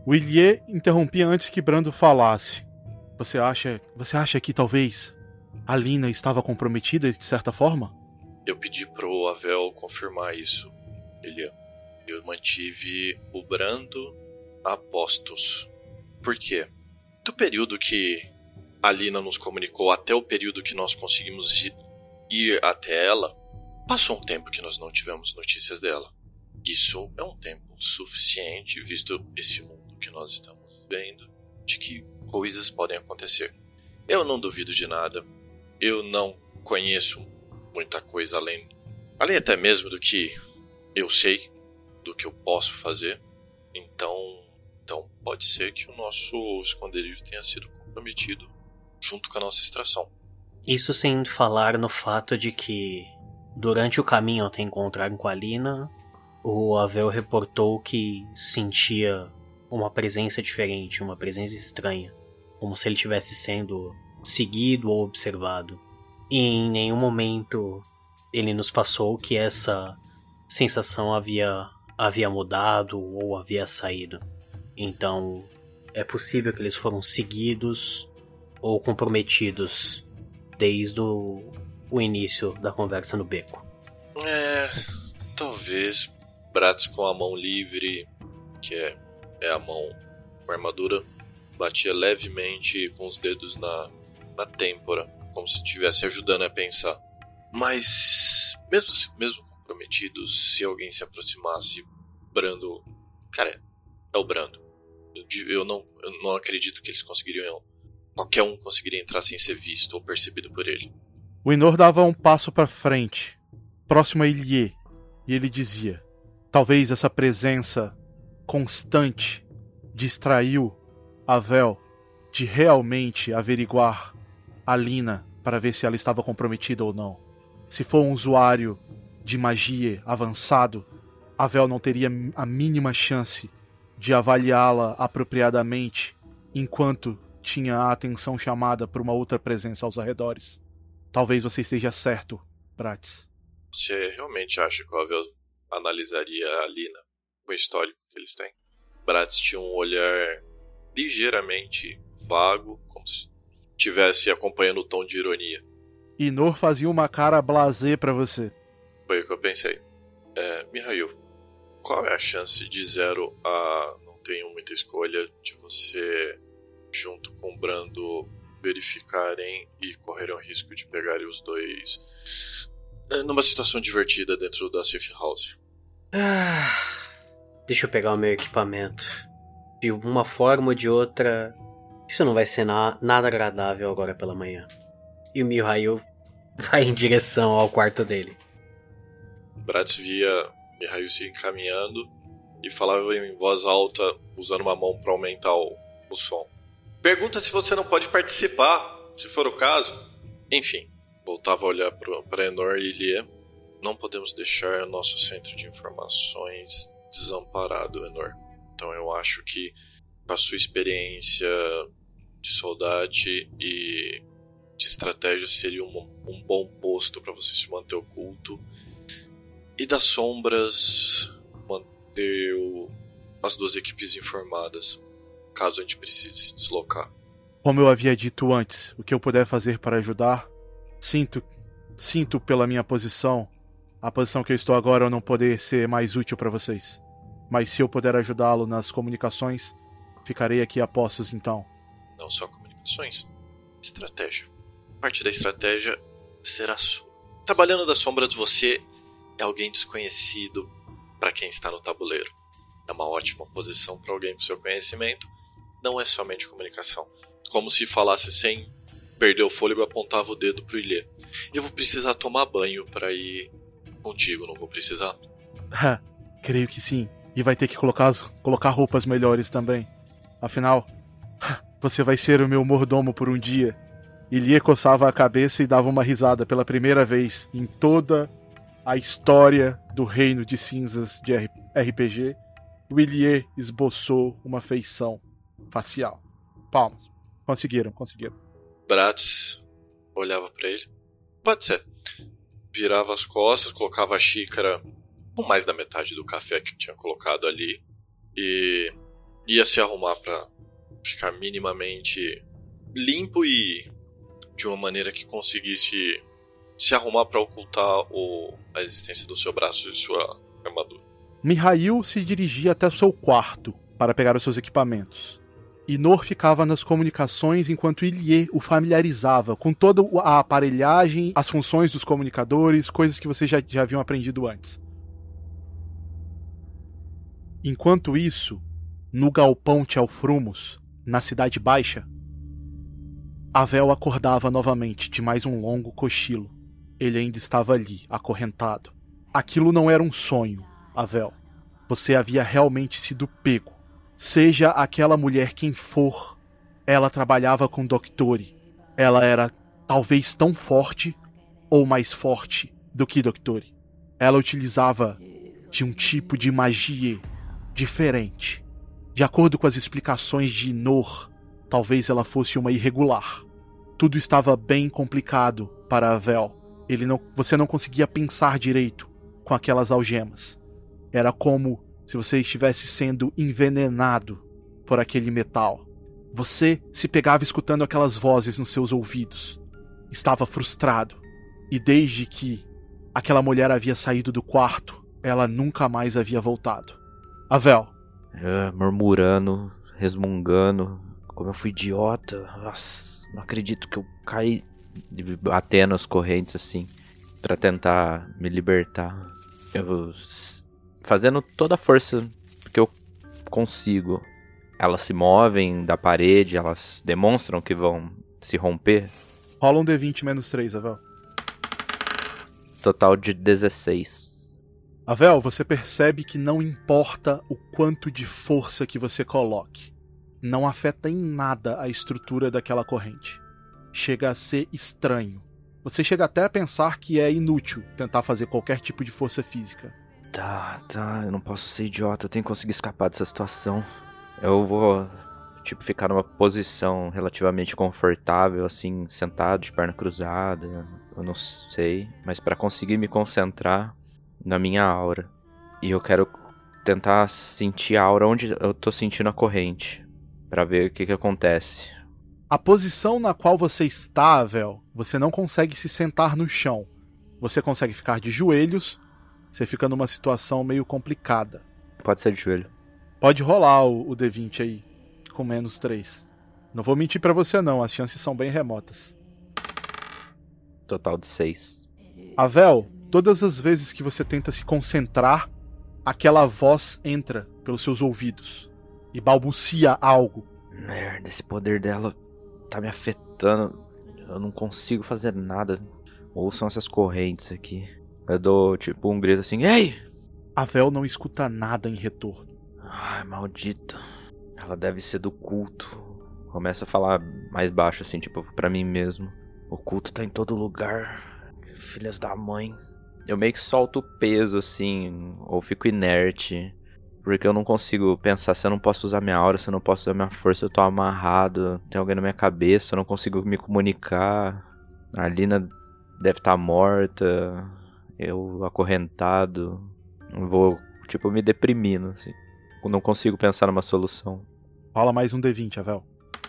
O Ilie interrompia antes que Brando falasse. Você acha que talvez a Lina estava comprometida de certa forma? Eu pedi pro Avel confirmar isso, Ilie. Eu mantive o Brando a postos. Por quê? Do período que a Lina nos comunicou até o período que nós conseguimos ir até ela, passou um tempo que nós não tivemos notícias dela. Isso é um tempo suficiente, visto esse mundo que nós estamos vendo, de que coisas podem acontecer. Eu não duvido de nada. Eu não conheço muita coisa além até mesmo do que eu sei, do que eu posso fazer. Então pode ser que o nosso esconderijo tenha sido comprometido junto com a nossa extração. Isso sem falar no fato de que, durante o caminho até encontrar com a Lina, o Avel reportou que sentia uma presença diferente, uma presença estranha, como se ele estivesse sendo seguido ou observado. E em nenhum momento ele nos passou que essa sensação havia mudado ou havia saído. Então, é possível que eles foram seguidos ou comprometidos desde o início da conversa no beco. Talvez Bratz com a mão livre, que é a mão com a armadura, batia levemente com os dedos na têmpora, como se estivesse ajudando a pensar. Mas, mesmo comprometidos, se alguém se aproximasse, Brando... Cara, é o Brando. Eu não acredito que eles conseguiriam... Qualquer um conseguiria entrar sem ser visto ou percebido por ele. O Inor dava um passo para frente, próximo a Ilie, e ele dizia: talvez essa presença constante distraiu Avel de realmente averiguar a Lina para ver se ela estava comprometida ou não. Se for um usuário de magia avançado, Avel não teria a mínima chance de avaliá-la apropriadamente enquanto tinha a atenção chamada por uma outra presença aos arredores. Talvez você esteja certo, Bratz. Você realmente acha que o Avel analisaria a Lina com o histórico que eles têm? Bratz tinha um olhar ligeiramente vago, como se estivesse acompanhando o tom de ironia. Inor fazia uma cara blasé pra você. Foi o que eu pensei. Mihail, qual é a chance de 0 a não tenho muita escolha de você, junto com o Brando, verificarem e correrem o risco de pegarem os dois numa situação divertida dentro da safe house? Deixa eu pegar o meu equipamento. De uma forma ou de outra, isso não vai ser nada agradável agora pela manhã. E o Mihail vai em direção ao quarto dele. Bratz via Mihail se encaminhando e falava em voz alta, usando uma mão para aumentar o som. Pergunta se você não pode participar, se for o caso. Enfim, voltava a olhar para Enor e Ilie. Não podemos deixar nosso centro de informações desamparado, Enor. Então eu acho que, com a sua experiência de soldado e de estratégia, seria um bom posto para você se manter oculto. E das sombras, manter as duas equipes informadas, caso a gente precise se deslocar. Como eu havia dito antes, o que eu puder fazer para ajudar, sinto pela minha posição, a posição que eu estou agora, eu não poder ser mais útil para vocês. Mas se eu puder ajudá-lo nas comunicações, ficarei aqui a postos então. Não só comunicações, estratégia. Parte da estratégia será sua. Trabalhando das sombras, você é alguém desconhecido para quem está no tabuleiro. É uma ótima posição para alguém com seu conhecimento. Não é somente comunicação. Como se falasse sem perder o fôlego, apontava o dedo pro Ilie. Eu vou precisar tomar banho para ir contigo, não vou precisar? Creio que sim. E vai ter que colocar roupas melhores também. Afinal, você vai ser o meu mordomo por um dia. Ilie coçava a cabeça e dava uma risada pela primeira vez em toda a história do Reino de Cinzas de RPG. O Ilie esboçou uma feição facial. Palmas. Conseguiram. Bratz olhava pra ele. Pode ser. Virava as costas, colocava a xícara com mais da metade do café que tinha colocado ali e ia se arrumar pra ficar minimamente limpo e de uma maneira que conseguisse se arrumar pra ocultar a existência do seu braço e sua armadura. Mihail se dirigia até o seu quarto para pegar os seus equipamentos. E Nor ficava nas comunicações enquanto Ilie o familiarizava com toda a aparelhagem, as funções dos comunicadores, coisas que vocês já haviam aprendido antes. Enquanto isso, no galpão Tchelfrumos, na Cidade Baixa, Avel acordava novamente de mais um longo cochilo. Ele ainda estava ali, acorrentado. Aquilo não era um sonho, Avel. Você havia realmente sido pego. Seja aquela mulher quem for, ela trabalhava com Doctori. Ela era talvez tão forte ou mais forte do que Doctori. Ela utilizava de um tipo de magia diferente. De acordo com as explicações de Nor, talvez ela fosse uma irregular. Tudo estava bem complicado para Avel. Você não conseguia pensar direito com aquelas algemas. Era como se você estivesse sendo envenenado por aquele metal. Você se pegava escutando aquelas vozes nos seus ouvidos. Estava frustrado. E desde que aquela mulher havia saído do quarto, ela nunca mais havia voltado. Avel. Murmurando, resmungando. Como eu fui idiota. Nossa, não acredito que eu caí batendo as correntes assim pra tentar me libertar. Eu fazendo toda a força que eu consigo. Elas se movem da parede, elas demonstram que vão se romper. Rola um D20 menos 3, Avel. Total de 16. Avel, você percebe que não importa o quanto de força que você coloque. Não afeta em nada a estrutura daquela corrente. Chega a ser estranho. Você chega até a pensar que é inútil tentar fazer qualquer tipo de força física. Tá, eu não posso ser idiota, eu tenho que conseguir escapar dessa situação. Eu vou, ficar numa posição relativamente confortável, assim, sentado, de perna cruzada, eu não sei, mas pra conseguir me concentrar na minha aura. E eu quero tentar sentir a aura onde eu tô sentindo a corrente, pra ver o que acontece. A posição na qual você está, Avel, você não consegue se sentar no chão. Você consegue ficar de joelhos. Você fica numa situação meio complicada. Pode ser de joelho. Pode rolar o D20 aí, com menos 3. Não vou mentir pra você não, as chances são bem remotas. Total de 6. Avel, todas as vezes que você tenta se concentrar, aquela voz entra pelos seus ouvidos e balbucia algo. Merda, esse poder dela tá me afetando. Eu não consigo fazer nada. Ouçam essas correntes aqui. Eu dou um grito assim, ei! Avel não escuta nada em retorno. Ai, maldita. Ela deve ser do culto. Começa a falar mais baixo assim, pra mim mesmo. O culto tá em todo lugar. Filhas da mãe. Eu meio que solto o peso assim, ou fico inerte. Porque eu não consigo pensar, se eu não posso usar minha aura, se eu não posso usar minha força, eu tô amarrado. Tem alguém na minha cabeça, eu não consigo me comunicar. A Lina deve estar morta. Eu acorrentado, vou, me deprimindo, assim. Eu não consigo pensar numa solução. Rola mais um D20, Avel.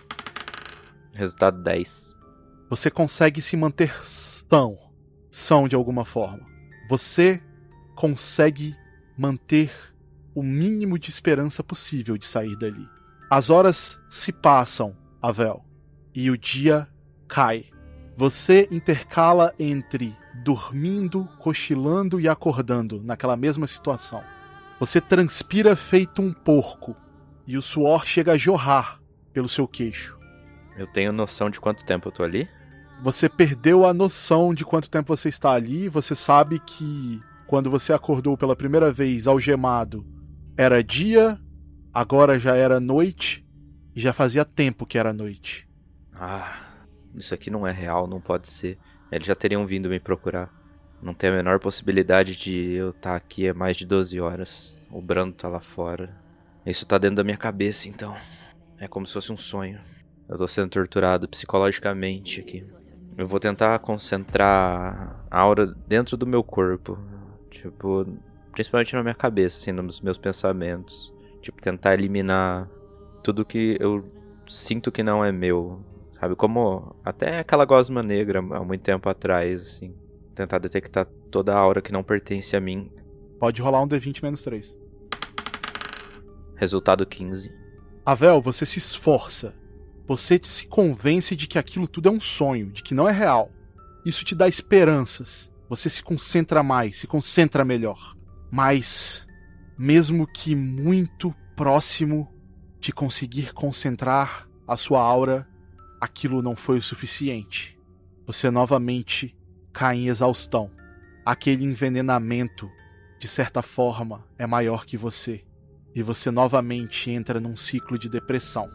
Resultado 10. Você consegue se manter são de alguma forma. Você consegue manter o mínimo de esperança possível de sair dali. As horas se passam, Avel, e o dia cai. Você intercala entre dormindo, cochilando e acordando naquela mesma situação. Você transpira feito um porco e o suor chega a jorrar pelo seu queixo. Eu tenho noção de quanto tempo eu tô ali? Você perdeu a noção de quanto tempo você está ali. Você sabe que quando você acordou pela primeira vez algemado era dia, agora já era noite e já fazia tempo que era noite. Isso aqui não é real, não pode ser. Eles já teriam vindo me procurar. Não tem a menor possibilidade de eu estar aqui há mais de 12 horas. O Brando tá lá fora. Isso tá dentro da minha cabeça, então. É como se fosse um sonho. Eu tô sendo torturado psicologicamente aqui. Eu vou tentar concentrar a aura dentro do meu corpo. Principalmente na minha cabeça, assim, nos meus pensamentos. Tentar eliminar tudo que eu sinto que não é meu. Sabe, como até aquela gosma negra há muito tempo atrás, assim. Tentar detectar toda a aura que não pertence a mim. Pode rolar um D20 menos 3. Resultado 15. Avel, você se esforça. Você se convence de que aquilo tudo é um sonho, de que não é real. Isso te dá esperanças. Você se concentra mais, se concentra melhor. Mas, mesmo que muito próximo de conseguir concentrar a sua aura, aquilo não foi o suficiente. Você novamente cai em exaustão. Aquele envenenamento, de certa forma, é maior que você. E você novamente entra num ciclo de depressão.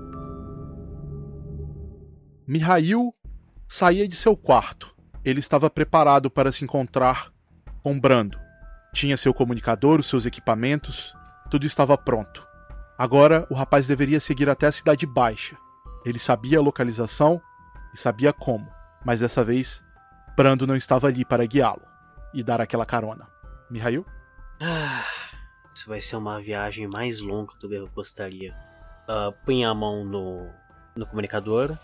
Mihail saía de seu quarto. Ele estava preparado para se encontrar com Brando. Tinha seu comunicador, os seus equipamentos, tudo estava pronto. Agora o rapaz deveria seguir até a Cidade Baixa. Ele sabia a localização e sabia como, mas dessa vez Brando não estava ali para guiá-lo e dar aquela carona. Mihail? Isso vai ser uma viagem mais longa do que eu gostaria. Põe a mão no comunicador.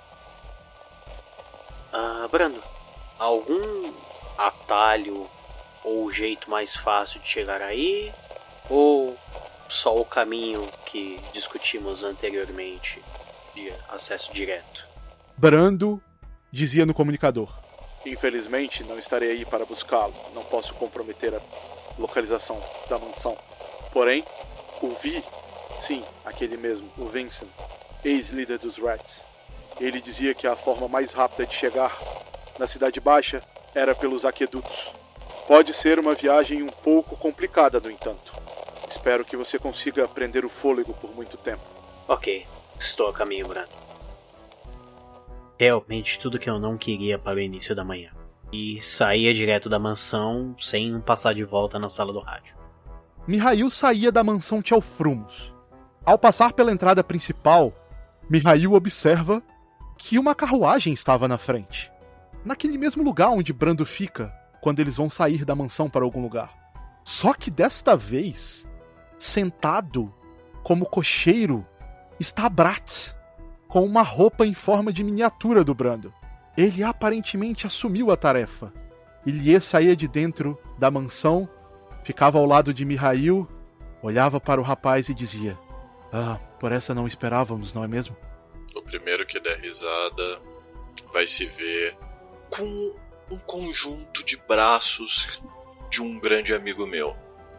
Brando, algum atalho ou jeito mais fácil de chegar aí? Ou só o caminho que discutimos anteriormente de acesso direto? Brando dizia no comunicador: infelizmente não estarei aí para buscá-lo. Não posso comprometer a localização da mansão. Porém, o Vi, sim, aquele mesmo, o Vincent, ex-líder dos Rats, ele dizia que a forma mais rápida de chegar na Cidade Baixa era pelos aquedutos. Pode ser uma viagem um pouco complicada, no entanto. Espero que você consiga prender o fôlego por muito tempo. Ok, estou a caminho, Brando. Realmente tudo que eu não queria para o início da manhã. E saía direto da mansão sem passar de volta na sala do rádio. Mihail saía da mansão Tchelfrumos. Ao passar pela entrada principal, Mihail observa que uma carruagem estava na frente. Naquele mesmo lugar onde Brando fica quando eles vão sair da mansão para algum lugar. Só que desta vez, sentado como cocheiro, está Bratz, com uma roupa em forma de miniatura do Brando. Ele aparentemente assumiu a tarefa. Ilie saía de dentro da mansão, ficava ao lado de Mihail, olhava para o rapaz e dizia: por essa não esperávamos, não é mesmo? O primeiro que der risada vai se ver com um conjunto de braços de um grande amigo meu.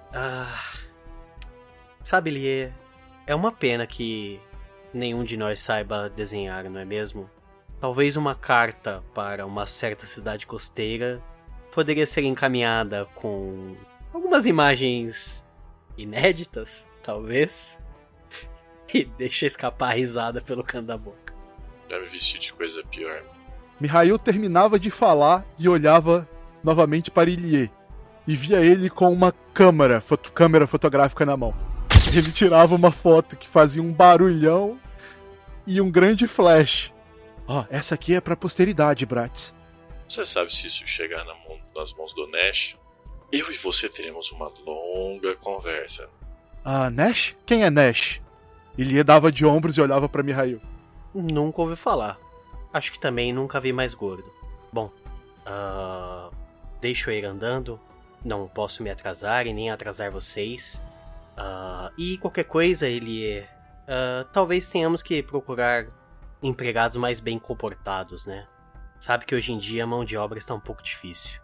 Sabe, Ilie, é uma pena que nenhum de nós saiba desenhar, não é mesmo? Talvez uma carta para uma certa cidade costeira poderia ser encaminhada com algumas imagens inéditas, talvez. E deixa escapar a risada pelo canto da boca. Já me vesti de coisa pior. Mihail terminava de falar e olhava novamente para Ilie. E via ele com uma câmera fotográfica na mão. Ele tirava uma foto que fazia um barulhão e um grande flash. Essa aqui é pra posteridade, Bratz. Você sabe se isso chegar nas mãos do Nash? Eu e você teremos uma longa conversa. Nash? Quem é Nash? Ilie dava de ombros e olhava pra Mihail. Nunca ouvi falar. Acho que também nunca vi mais gordo. Bom, deixo eu ir andando. Não posso me atrasar e nem atrasar vocês. E qualquer coisa, Ilie, talvez tenhamos que procurar empregados mais bem comportados, né? Sabe que hoje em dia a mão de obra está um pouco difícil.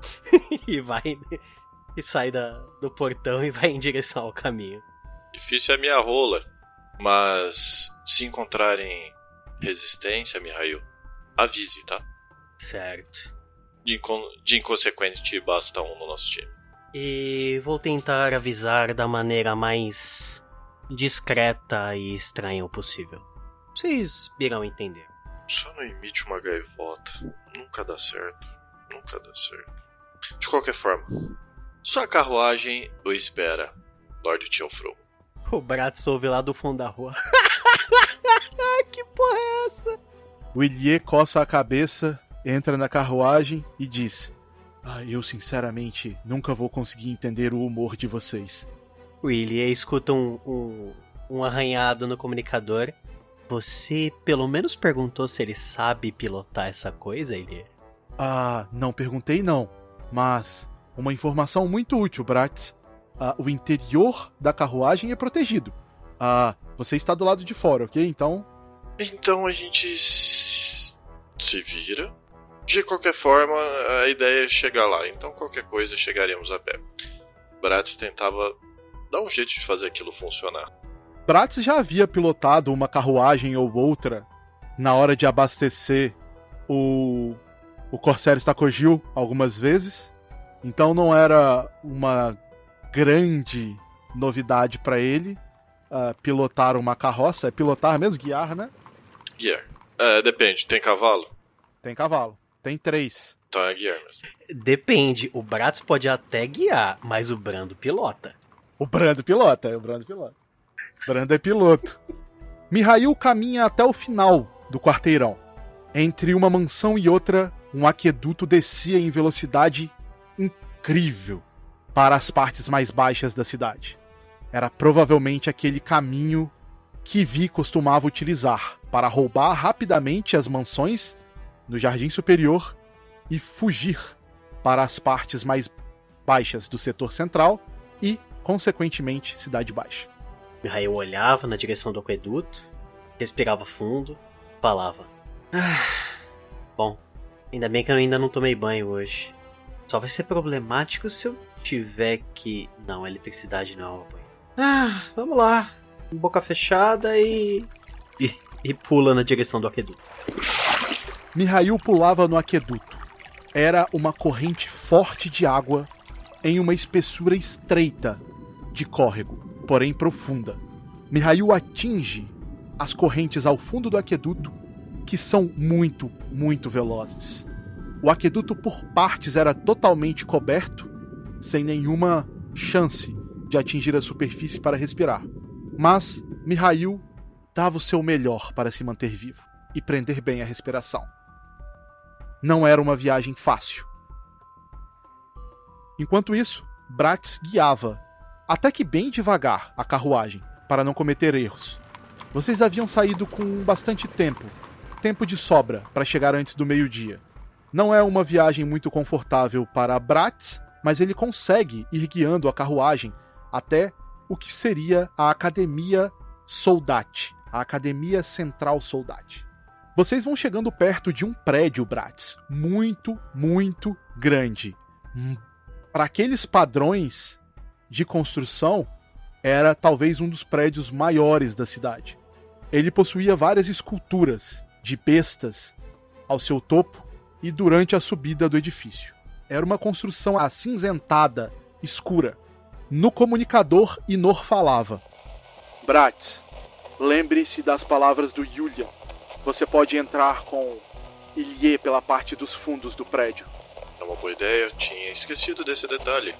E sai do portão e vai em direção ao caminho. Difícil é a minha rola, mas se encontrarem resistência, Mihail, avise, tá? Certo. De inconsequente basta um no nosso time. E vou tentar avisar da maneira mais discreta e estranha possível. Vocês irão entender. Só não imite uma gaivota. Nunca dá certo. Nunca dá certo. De qualquer forma, sua carruagem o espera, Lord Tchelfrum. O Bratz ouve lá do fundo da rua. Que porra é essa? O Ilie coça a cabeça, entra na carruagem e diz: eu sinceramente nunca vou conseguir entender o humor de vocês. O Ilie escuta um um arranhado no comunicador. Você pelo menos perguntou se ele sabe pilotar essa coisa, Ilie? Não perguntei não, mas uma informação muito útil, Bratz. O interior da carruagem é protegido. Você está do lado de fora, ok? Então a gente se vira. De qualquer forma, a ideia é chegar lá. Então qualquer coisa chegaremos a pé. Bratz tentava dar um jeito de fazer aquilo funcionar. Bratz já havia pilotado uma carruagem ou outra na hora de abastecer o Corsair Stacogil algumas vezes. Então não era uma grande novidade para ele pilotar uma carroça. É pilotar mesmo? Guiar, né? Guiar. Depende. Tem cavalo? Tem cavalo. Tem 3. Então é guiar mesmo. Depende. O Bratz pode até guiar, mas o Brando pilota. O Brando é piloto. Mihail caminha até o final do quarteirão. Entre uma mansão e outra, um aqueduto descia em velocidade incrível para as partes mais baixas da cidade. Era provavelmente aquele caminho que Vi costumava utilizar para roubar rapidamente as mansões no Jardim Superior e fugir para as partes mais baixas do setor central e, consequentemente, Cidade Baixa. Mihail olhava na direção do aqueduto, respirava fundo, falava: bom, ainda bem que eu ainda não tomei banho hoje. Só vai ser problemático se eu tiver que... Não, eletricidade não, banho. Vamos lá. Boca fechada e pula na direção do aqueduto. Mihail pulava no aqueduto. Era uma corrente forte de água em uma espessura estreita de córrego, porém profunda. Mihail atinge as correntes ao fundo do aqueduto, que são muito, muito velozes. O aqueduto por partes era totalmente coberto, sem nenhuma chance de atingir a superfície para respirar. Mas Mihail dava o seu melhor para se manter vivo e prender bem a respiração. Não era uma viagem fácil. Enquanto isso, Bratz guiava, até que bem devagar, a carruagem, para não cometer erros. Vocês haviam saído com bastante tempo de sobra para chegar antes do meio-dia. Não é uma viagem muito confortável para Bratz, mas ele consegue ir guiando a carruagem até o que seria a Academia Soldat, a Academia Central Soldat. Vocês vão chegando perto de um prédio, Bratz, muito, muito grande. Para aqueles padrões de construção, era talvez um dos prédios maiores da cidade. Ele possuía várias esculturas de bestas ao seu topo e durante a subida do edifício. Era uma construção acinzentada, escura. No comunicador, Inor falava: Bratz, lembre-se das palavras do Yulian. Você pode entrar com Ilie pela parte dos fundos do prédio. É uma boa ideia, tinha esquecido desse detalhe.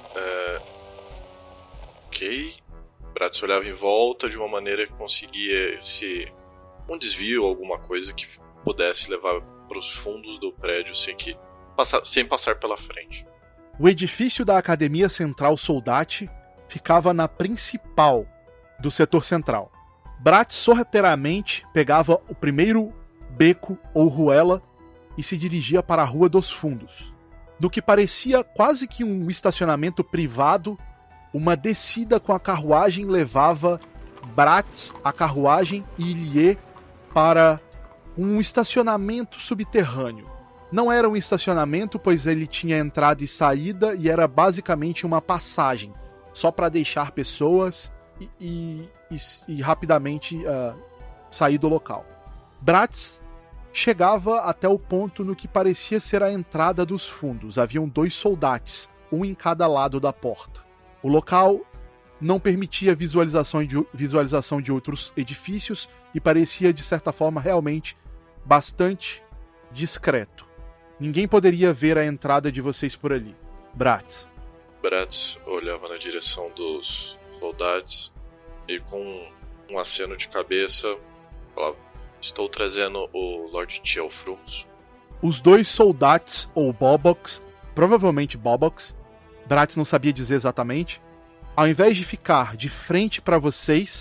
Ok. Bratz olhava em volta de uma maneira que conseguia um desvio, alguma coisa que pudesse levar para os fundos do prédio sem passar pela frente. O edifício da Academia Central Soldat ficava na principal do setor central. Bratz sorrateiramente pegava o primeiro beco ou ruela e se dirigia para a Rua dos Fundos. No que parecia quase que um estacionamento privado, uma descida com a carruagem levava Bratz, a carruagem e Ilie para um estacionamento subterrâneo. Não era um estacionamento, pois ele tinha entrada e saída e era basicamente uma passagem, só para deixar pessoas e rapidamente sair do local. Bratz chegava até o ponto no que parecia ser a entrada dos fundos. Haviam 2 soldados, um em cada lado da porta. O local não permitia visualização de outros edifícios e parecia, de certa forma, realmente bastante discreto. Ninguém poderia ver a entrada de vocês por ali. Bratz olhava na direção dos soldados e com um aceno de cabeça falava: estou trazendo o Lord Tjelfrums. Os 2 soldados, ou Boboks, provavelmente Boboks, Bratz não sabia dizer exatamente, ao invés de ficar de frente para vocês,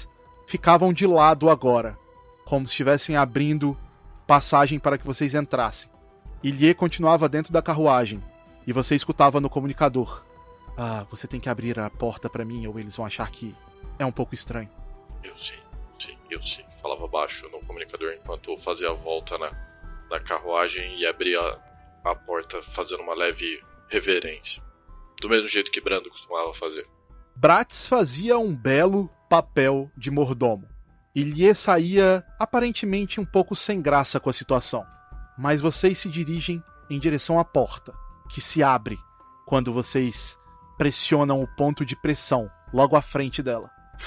ficavam de lado agora, como se estivessem abrindo passagem para que vocês entrassem. Ilie continuava dentro da carruagem, e você escutava no comunicador. Você tem que abrir a porta para mim, ou eles vão achar que é um pouco estranho. Eu sei. Falava baixo no comunicador enquanto fazia a volta na carruagem e abria a porta fazendo uma leve reverência. Do mesmo jeito que Brando costumava fazer. Bratz fazia um belo papel de mordomo. Ilie saía aparentemente um pouco sem graça com a situação. Mas vocês se dirigem em direção à porta, que se abre quando vocês pressionam o ponto de pressão logo à frente dela.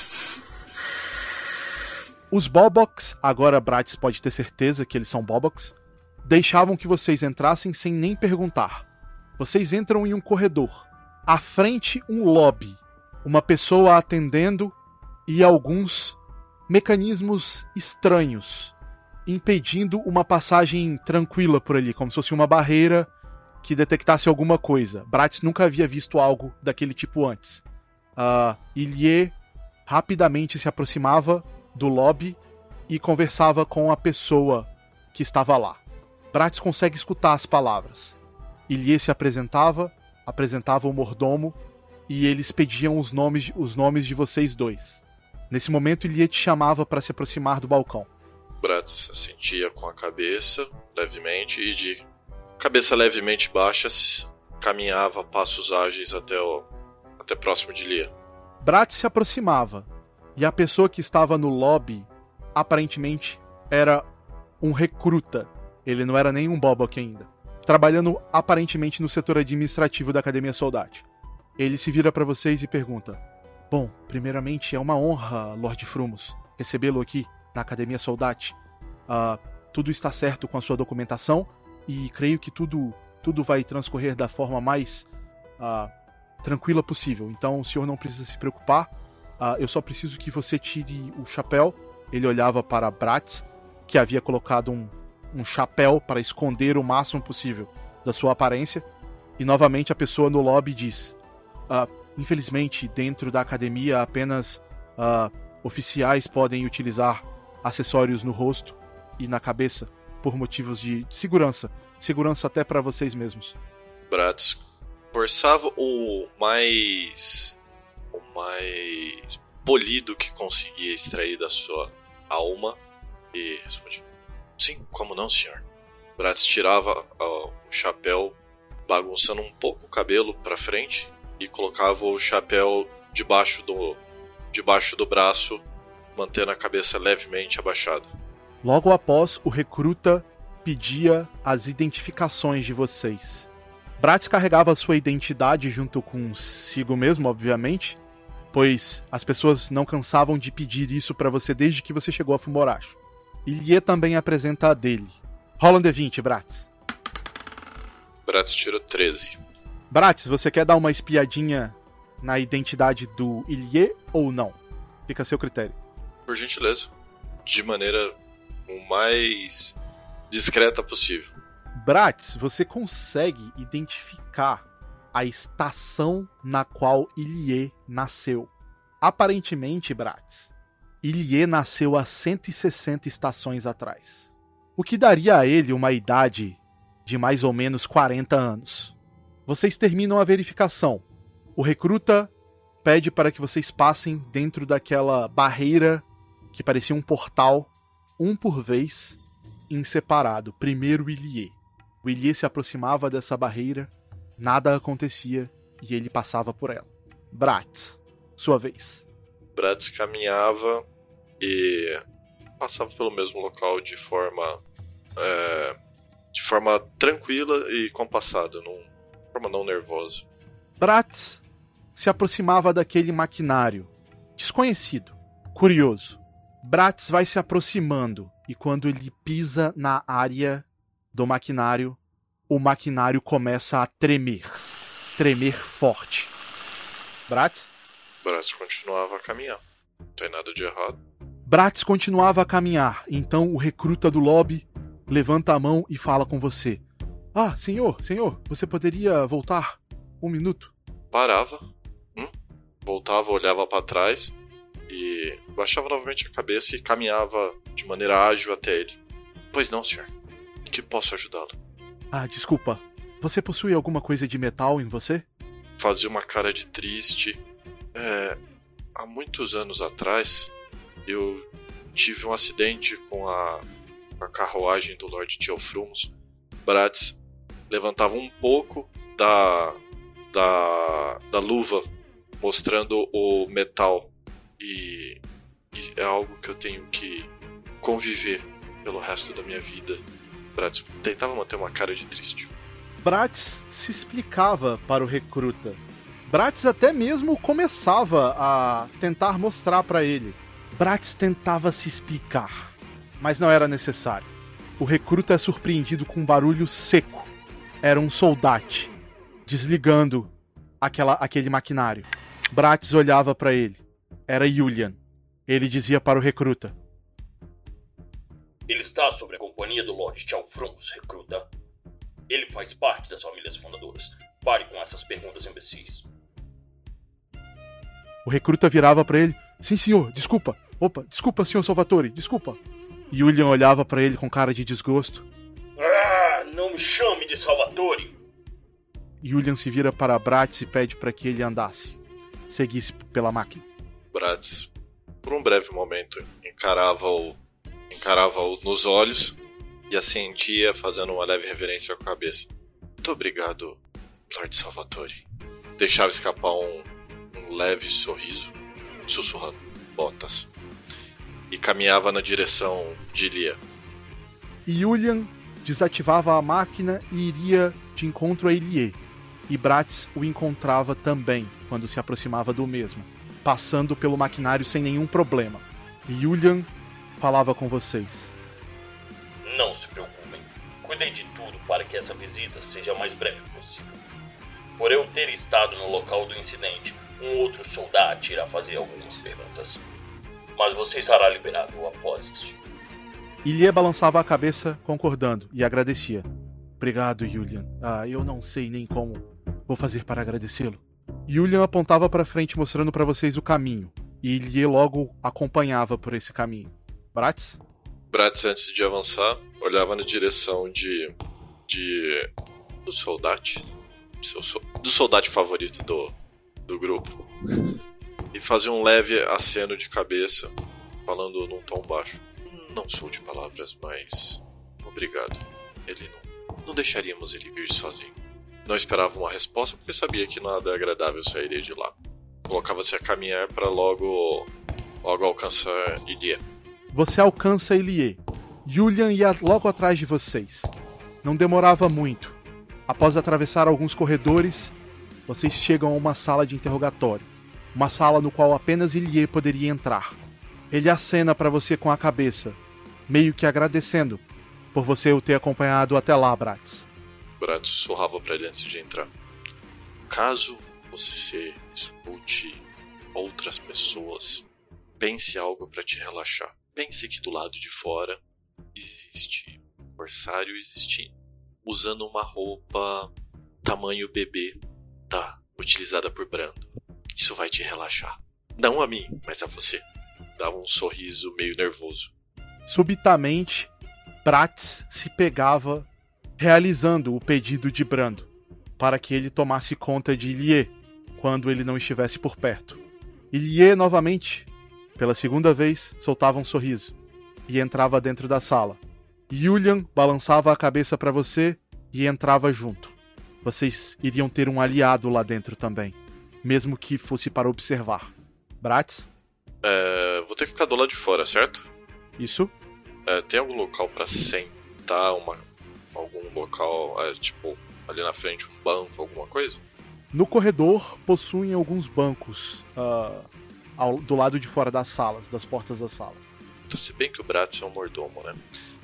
Os Boboks, agora Bratz pode ter certeza que eles são Boboks, deixavam que vocês entrassem sem nem perguntar. Vocês entram em um corredor. À frente, um lobby. Uma pessoa atendendo e alguns mecanismos estranhos, impedindo uma passagem tranquila por ali, como se fosse uma barreira que detectasse alguma coisa. Bratz nunca havia visto algo daquele tipo antes. Ilie rapidamente se aproximava do lobby e conversava com a pessoa que estava lá. Bratz consegue escutar as palavras. Ilie se apresentava o mordomo e eles pediam os nomes de vocês dois. Nesse momento, Ilie te chamava para se aproximar do balcão. Bratz assentia com a cabeça levemente e de cabeça levemente baixa caminhava a passos ágeis até próximo de Lia. Bratz se aproximava e a pessoa que estava no lobby aparentemente era um recruta. Ele não era nem um Bobok ainda, trabalhando aparentemente no setor administrativo da Academia Soldate. Ele se vira para vocês e pergunta: Bom, primeiramente é uma honra, Lord Frumos, recebê-lo aqui na Academia Soldate. Tudo está certo com a sua documentação e creio que tudo vai transcorrer da forma mais tranquila possível. Então o senhor não precisa se preocupar. Eu só preciso que você tire o chapéu. Ele olhava para Bratz, que havia colocado um chapéu para esconder o máximo possível da sua aparência. E novamente a pessoa no lobby diz: infelizmente, dentro da academia, apenas oficiais podem utilizar acessórios no rosto e na cabeça por motivos de segurança. Segurança até para vocês mesmos. Bratz forçava o mais polido que conseguia extrair da sua alma e respondia: Sim, como não, senhor? Bratz tirava o chapéu, bagunçando um pouco o cabelo para frente, e colocava o chapéu debaixo do braço, mantendo a cabeça levemente abaixada. Logo após, o recruta pedia as identificações de vocês. Bratz carregava a sua identidade junto consigo mesmo, obviamente, pois as pessoas não cansavam de pedir isso pra você desde que você chegou a Fumorashi. Ilie também apresenta a dele. Rola um D20, Bratz. Bratz tirou 13. Bratz, você quer dar uma espiadinha na identidade do Ilie ou não? Fica a seu critério. Por gentileza. De maneira o mais discreta possível. Bratz, você consegue identificar a estação na qual Ilie nasceu. Aparentemente, Bratz, Ilie nasceu há 160 estações atrás, o que daria a ele uma idade de mais ou menos 40 anos. Vocês terminam a verificação. O recruta pede para que vocês passem dentro daquela barreira que parecia um portal, um por vez, em separado. Primeiro Ilie. O Ilie se aproximava dessa barreira, nada acontecia e ele passava por ela. Bratz, sua vez. Bratz caminhava e passava pelo mesmo local de forma tranquila e compassada, de forma não nervosa. Bratz se aproximava daquele maquinário, desconhecido, curioso. Bratz vai se aproximando e quando ele pisa na área do maquinário, o maquinário começa a tremer forte. Bratz? Bratz continuava a caminhar. Não tem nada de errado. Bratz continuava a caminhar, então o recruta do lobby levanta a mão e fala com você. Senhor, você poderia voltar 1 minuto? Parava. Voltava, olhava para trás. E baixava novamente a cabeça e caminhava de maneira ágil até ele. Pois não, senhor. Em que posso ajudá-lo? Ah, desculpa. Você possui alguma coisa de metal em você? Fazia uma cara de triste. Há muitos anos atrás, eu tive um acidente com a carruagem do Lord Teofrumos. Bratz levantava um pouco da luva, mostrando o metal. E é algo que eu tenho que conviver pelo resto da minha vida. Bratz tentava manter uma cara de triste. Bratz se explicava para o recruta. Bratz até mesmo começava a tentar mostrar para ele. Bratz tentava se explicar, mas não era necessário. O recruta é surpreendido com um barulho seco. Era um soldate desligando aquele maquinário. Bratz olhava para ele. Era Julian. Ele dizia para o recruta: Ele está sob a companhia do Lord Teofrumos, recruta. Ele faz parte das famílias fundadoras. Pare com essas perguntas imbecis. O recruta virava para ele: Sim, senhor, desculpa. Opa, desculpa, senhor Salvatore, desculpa. Julian olhava para ele com cara de desgosto. Não me chame de Salvatore. Julian se vira para Bratz e pede para que ele andasse. Seguisse pela máquina. Bratz, por um breve momento, encarava-o nos olhos e assentia, fazendo uma leve reverência com a cabeça. Muito obrigado, Lord Salvatore. Deixava escapar um leve sorriso, sussurrando: Botas. E caminhava na direção de Ilia. Julian desativava a máquina e iria de encontro a Ilie. E Bratz o encontrava também, quando se aproximava do mesmo, passando pelo maquinário sem nenhum problema. E Julian falava com vocês. Não se preocupem. Cuidei de tudo para que essa visita seja a mais breve possível. Por eu ter estado no local do incidente, um outro soldado irá fazer algumas perguntas. Mas você será liberado após isso. Ilie balançava a cabeça, concordando, e agradecia. Obrigado, Julian. Eu não sei nem como vou fazer para agradecê-lo. Julian apontava para frente, mostrando para vocês o caminho. E Ilie logo acompanhava por esse caminho. Bratz? Bratz, antes de avançar, olhava na direção do soldate. Do soldate favorito do grupo. E fazia um leve aceno de cabeça, falando num tom baixo. Não sou de palavras, mas obrigado. Ele não deixaríamos ele vir sozinho. Não esperava uma resposta porque sabia que nada agradável sairia de lá. Colocava-se a caminhar para logo alcançar Ilie. Você alcança Ilie. Julian ia logo atrás de vocês. Não demorava muito. Após atravessar alguns corredores, vocês chegam a uma sala de interrogatório. Uma sala no qual apenas Ilie poderia entrar. Ele acena para você com a cabeça, meio que agradecendo por você o ter acompanhado até lá, Bratz. Bratz sussurrava para ele antes de entrar. Caso você escute outras pessoas, pense algo para te relaxar. Pense que do lado de fora existe um corsário usando uma roupa tamanho bebê, utilizada por Brando. Isso vai te relaxar. Não a mim, mas a você. Dava um sorriso meio nervoso. Subitamente, Bratz se pegava realizando o pedido de Brando para que ele tomasse conta de Ilie quando ele não estivesse por perto. Ilie novamente, pela segunda vez, soltava um sorriso e entrava dentro da sala. Julian balançava a cabeça para você e entrava junto. Vocês iriam ter um aliado lá dentro também, mesmo que fosse para observar. Bratz? Vou ter que ficar do lado de fora, certo? Isso. Tem algum local para sentar? Algum local, tipo, ali na frente, um banco, alguma coisa? No corredor, possuem alguns bancos do lado de fora das salas, das portas das salas. Se bem que o Bratz é um mordomo, né?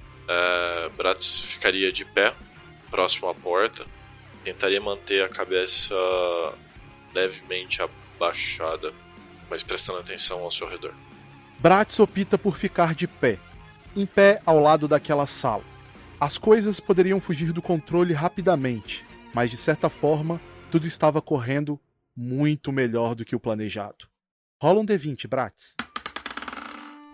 Bratz ficaria de pé, próximo à porta. Tentaria manter a cabeça levemente abaixada, mas prestando atenção ao seu redor. Bratz opta por ficar de pé, em pé ao lado daquela sala. As coisas poderiam fugir do controle rapidamente, mas de certa forma, tudo estava correndo muito melhor do que o planejado. Rola um D20, Bratz.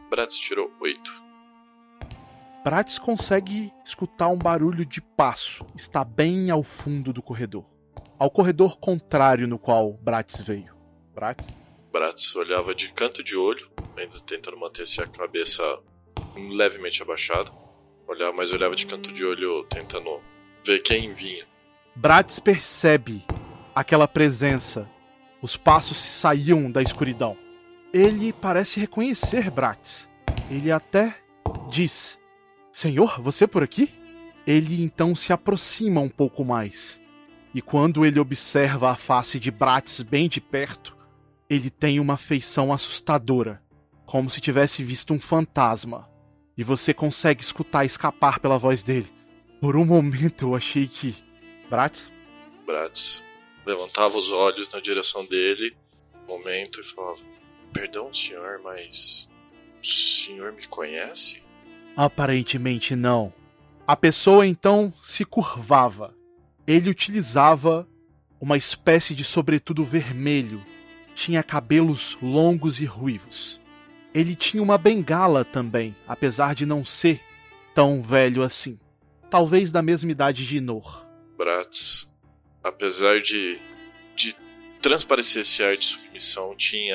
Bratz tirou 8. Bratz consegue escutar um barulho de passo. Está bem ao fundo do corredor. Ao corredor contrário no qual Bratz veio. Bratz olhava de canto de olho, ainda tentando manter-se a cabeça levemente abaixada. Olhava de canto de olho, tentando ver quem vinha. Bratz percebe aquela presença. Os passos saíam da escuridão. Ele parece reconhecer Bratz. Ele até diz: Senhor, você por aqui? Ele então se aproxima um pouco mais. E quando ele observa a face de Bratz bem de perto, ele tem uma feição assustadora, como se tivesse visto um fantasma. E você consegue escapar pela voz dele. Por um momento eu achei que... Bratz levantava os olhos na direção dele, um momento, e falava: Perdão, senhor, mas... O senhor me conhece? Aparentemente não. A pessoa então se curvava. Ele utilizava uma espécie de sobretudo vermelho. Tinha cabelos longos e ruivos. Ele tinha uma bengala também, apesar de não ser tão velho assim. Talvez da mesma idade de Nor. Bratz, apesar de transparecer esse ar de submissão,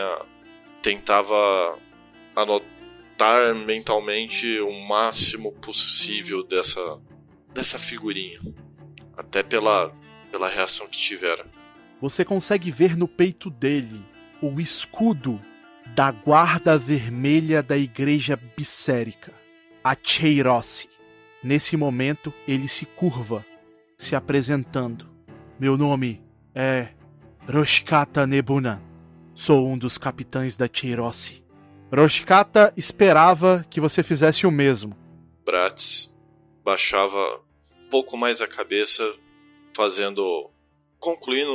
tentava anotar mentalmente o máximo possível dessa figurinha. Até pela reação que tivera. Você consegue ver no peito dele o escudo da guarda vermelha da igreja bissérica, a Cheirosi. Nesse momento, ele se curva, se apresentando. Meu nome é Roshkata Nebunan. Sou um dos capitães da Cheirosi. Roshkata esperava que você fizesse o mesmo. Bratz baixava um pouco mais a cabeça, concluindo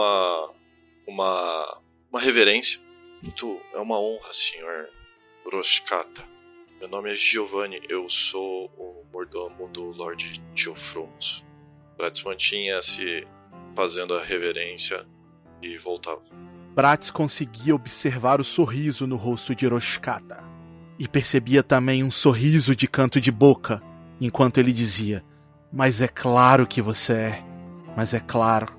uma reverência. É uma honra, senhor Roshkata. Meu nome é Giovanni, eu sou o mordomo do Lord Teofrons. Bratz mantinha-se fazendo a reverência e voltava. Bratz conseguia observar o sorriso no rosto de Roshkata. E percebia também um sorriso de canto de boca, enquanto ele dizia: Mas é claro que você é. Mas é claro.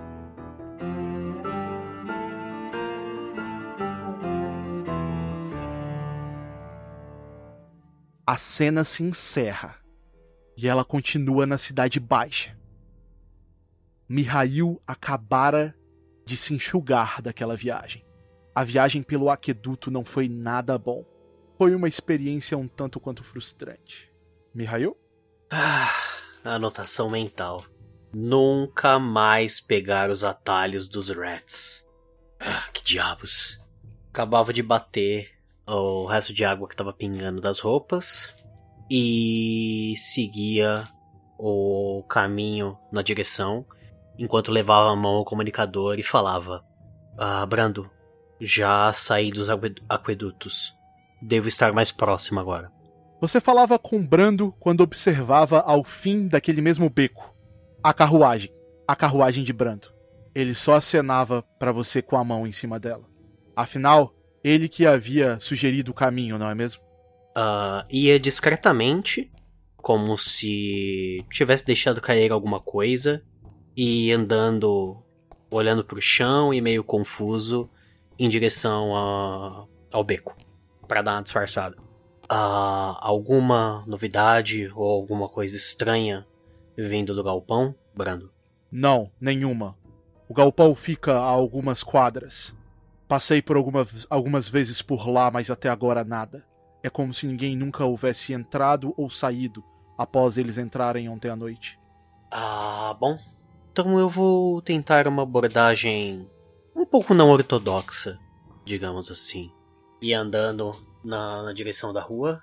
A cena se encerra. E ela continua na Cidade Baixa. Mihail acabara de se enxugar daquela viagem. A viagem pelo aqueduto não foi nada bom. Foi uma experiência um tanto quanto frustrante. Mihail? Anotação mental. Nunca mais pegar os atalhos dos rats. Que diabos. Acabava de bater o resto de água que estava pingando das roupas e seguia o caminho na direção enquanto levava a mão ao comunicador e falava: Brando, já saí dos aquedutos. Devo estar mais próximo agora. Você falava com Brando quando observava ao fim daquele mesmo beco a carruagem de Brando. Ele só acenava para você com a mão em cima dela. Afinal, ele que havia sugerido o caminho, não é mesmo? Ia discretamente, como se tivesse deixado cair alguma coisa, e andando, olhando pro chão e meio confuso, em direção ao beco, para dar uma disfarçada. Alguma novidade ou alguma coisa estranha vindo do galpão, Brando? Não, nenhuma. O galpão fica a algumas quadras. Passei por algumas vezes por lá, mas até agora nada. É como se ninguém nunca houvesse entrado ou saído após eles entrarem ontem à noite. Bom. Então eu vou tentar uma abordagem um pouco não ortodoxa, digamos assim. E andando na direção da rua.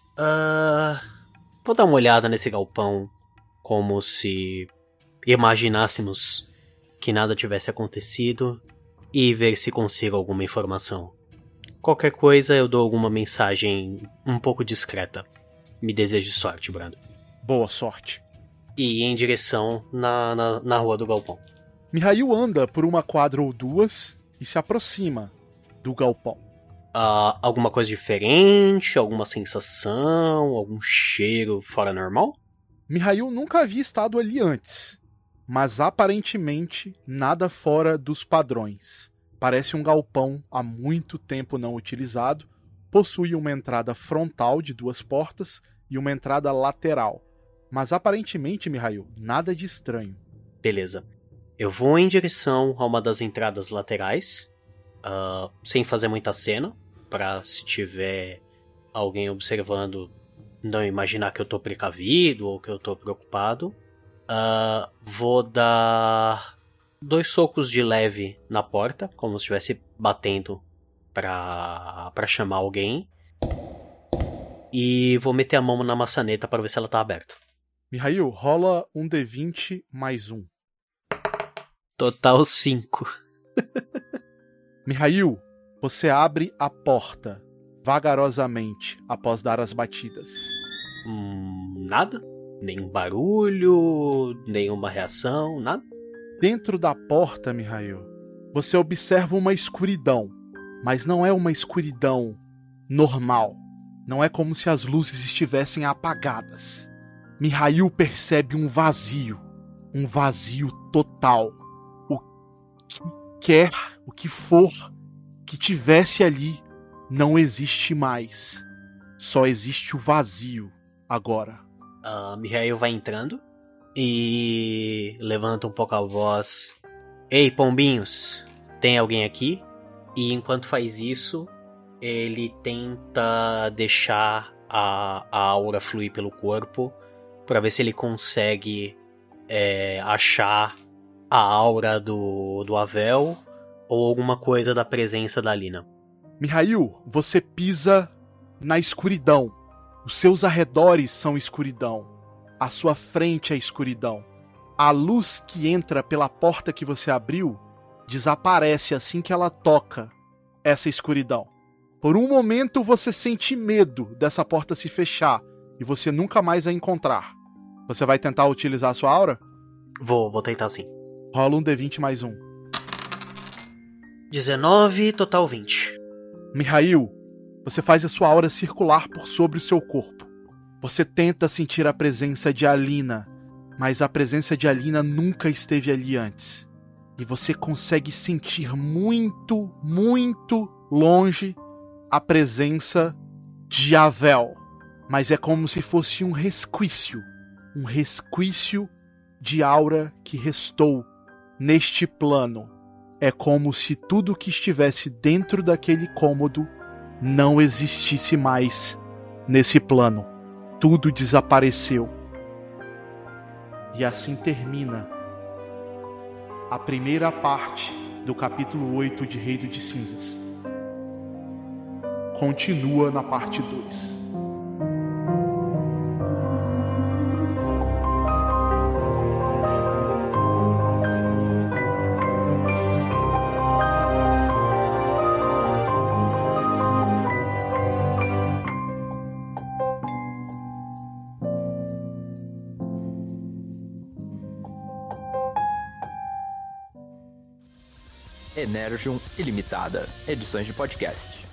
Vou dar uma olhada nesse galpão como se imaginássemos que nada tivesse acontecido e ver se consigo alguma informação. Qualquer coisa eu dou alguma mensagem um pouco discreta. Me desejo sorte, Brando. Boa sorte. E em direção na rua do galpão. Mihail anda por uma quadra ou duas e se aproxima do galpão. Alguma coisa diferente? Alguma sensação? Algum cheiro fora normal? Mihail nunca havia estado ali antes, mas aparentemente nada fora dos padrões. Parece um galpão há muito tempo não utilizado, possui uma entrada frontal de 2 portas e uma entrada lateral. Mas aparentemente, Mihail, nada de estranho. Beleza. Eu vou em direção a uma das entradas laterais, sem fazer muita cena, pra se tiver alguém observando não imaginar que eu tô precavido ou que eu tô preocupado. Vou dar 2 socos de leve na porta, como se estivesse batendo pra chamar alguém. E vou meter a mão na maçaneta para ver se ela tá aberta. Mihail, rola um D20 mais 1. Total 5. Mihail, você abre a porta vagarosamente após dar as batidas. Nada? Nenhum barulho, nenhuma reação, nada? Dentro da porta, Mihail, você observa uma escuridão, mas não é uma escuridão normal. Não é como se as luzes estivessem apagadas. Mihail percebe um vazio total. O que for que tivesse ali não existe mais. Só existe o vazio agora. Mihail vai entrando e levanta um pouco a voz. Ei, pombinhos, tem alguém aqui? E enquanto faz isso, ele tenta deixar a aura fluir pelo corpo para ver se ele consegue achar a aura do Avel ou alguma coisa da presença da Lina. Mihail, você pisa na escuridão. Os seus arredores são escuridão. À sua frente é escuridão. A luz que entra pela porta que você abriu desaparece assim que ela toca essa escuridão. Por um momento você sente medo dessa porta se fechar e você nunca mais a encontrar. Você vai tentar utilizar a sua aura? Vou tentar sim. Rola um D20 mais 1. 19, total 20. Mihail, você faz a sua aura circular por sobre o seu corpo. Você tenta sentir a presença de Alina, mas a presença de Alina nunca esteve ali antes. E você consegue sentir muito, muito longe a presença de Avel. Mas é como se fosse um resquício de aura que restou neste plano. É como se tudo que estivesse dentro daquele cômodo não existisse mais nesse plano. Tudo desapareceu. E assim termina a primeira parte do capítulo 8 de Reino de Cinzas. Continua na parte 2. Energium Ilimitada, edições de podcast.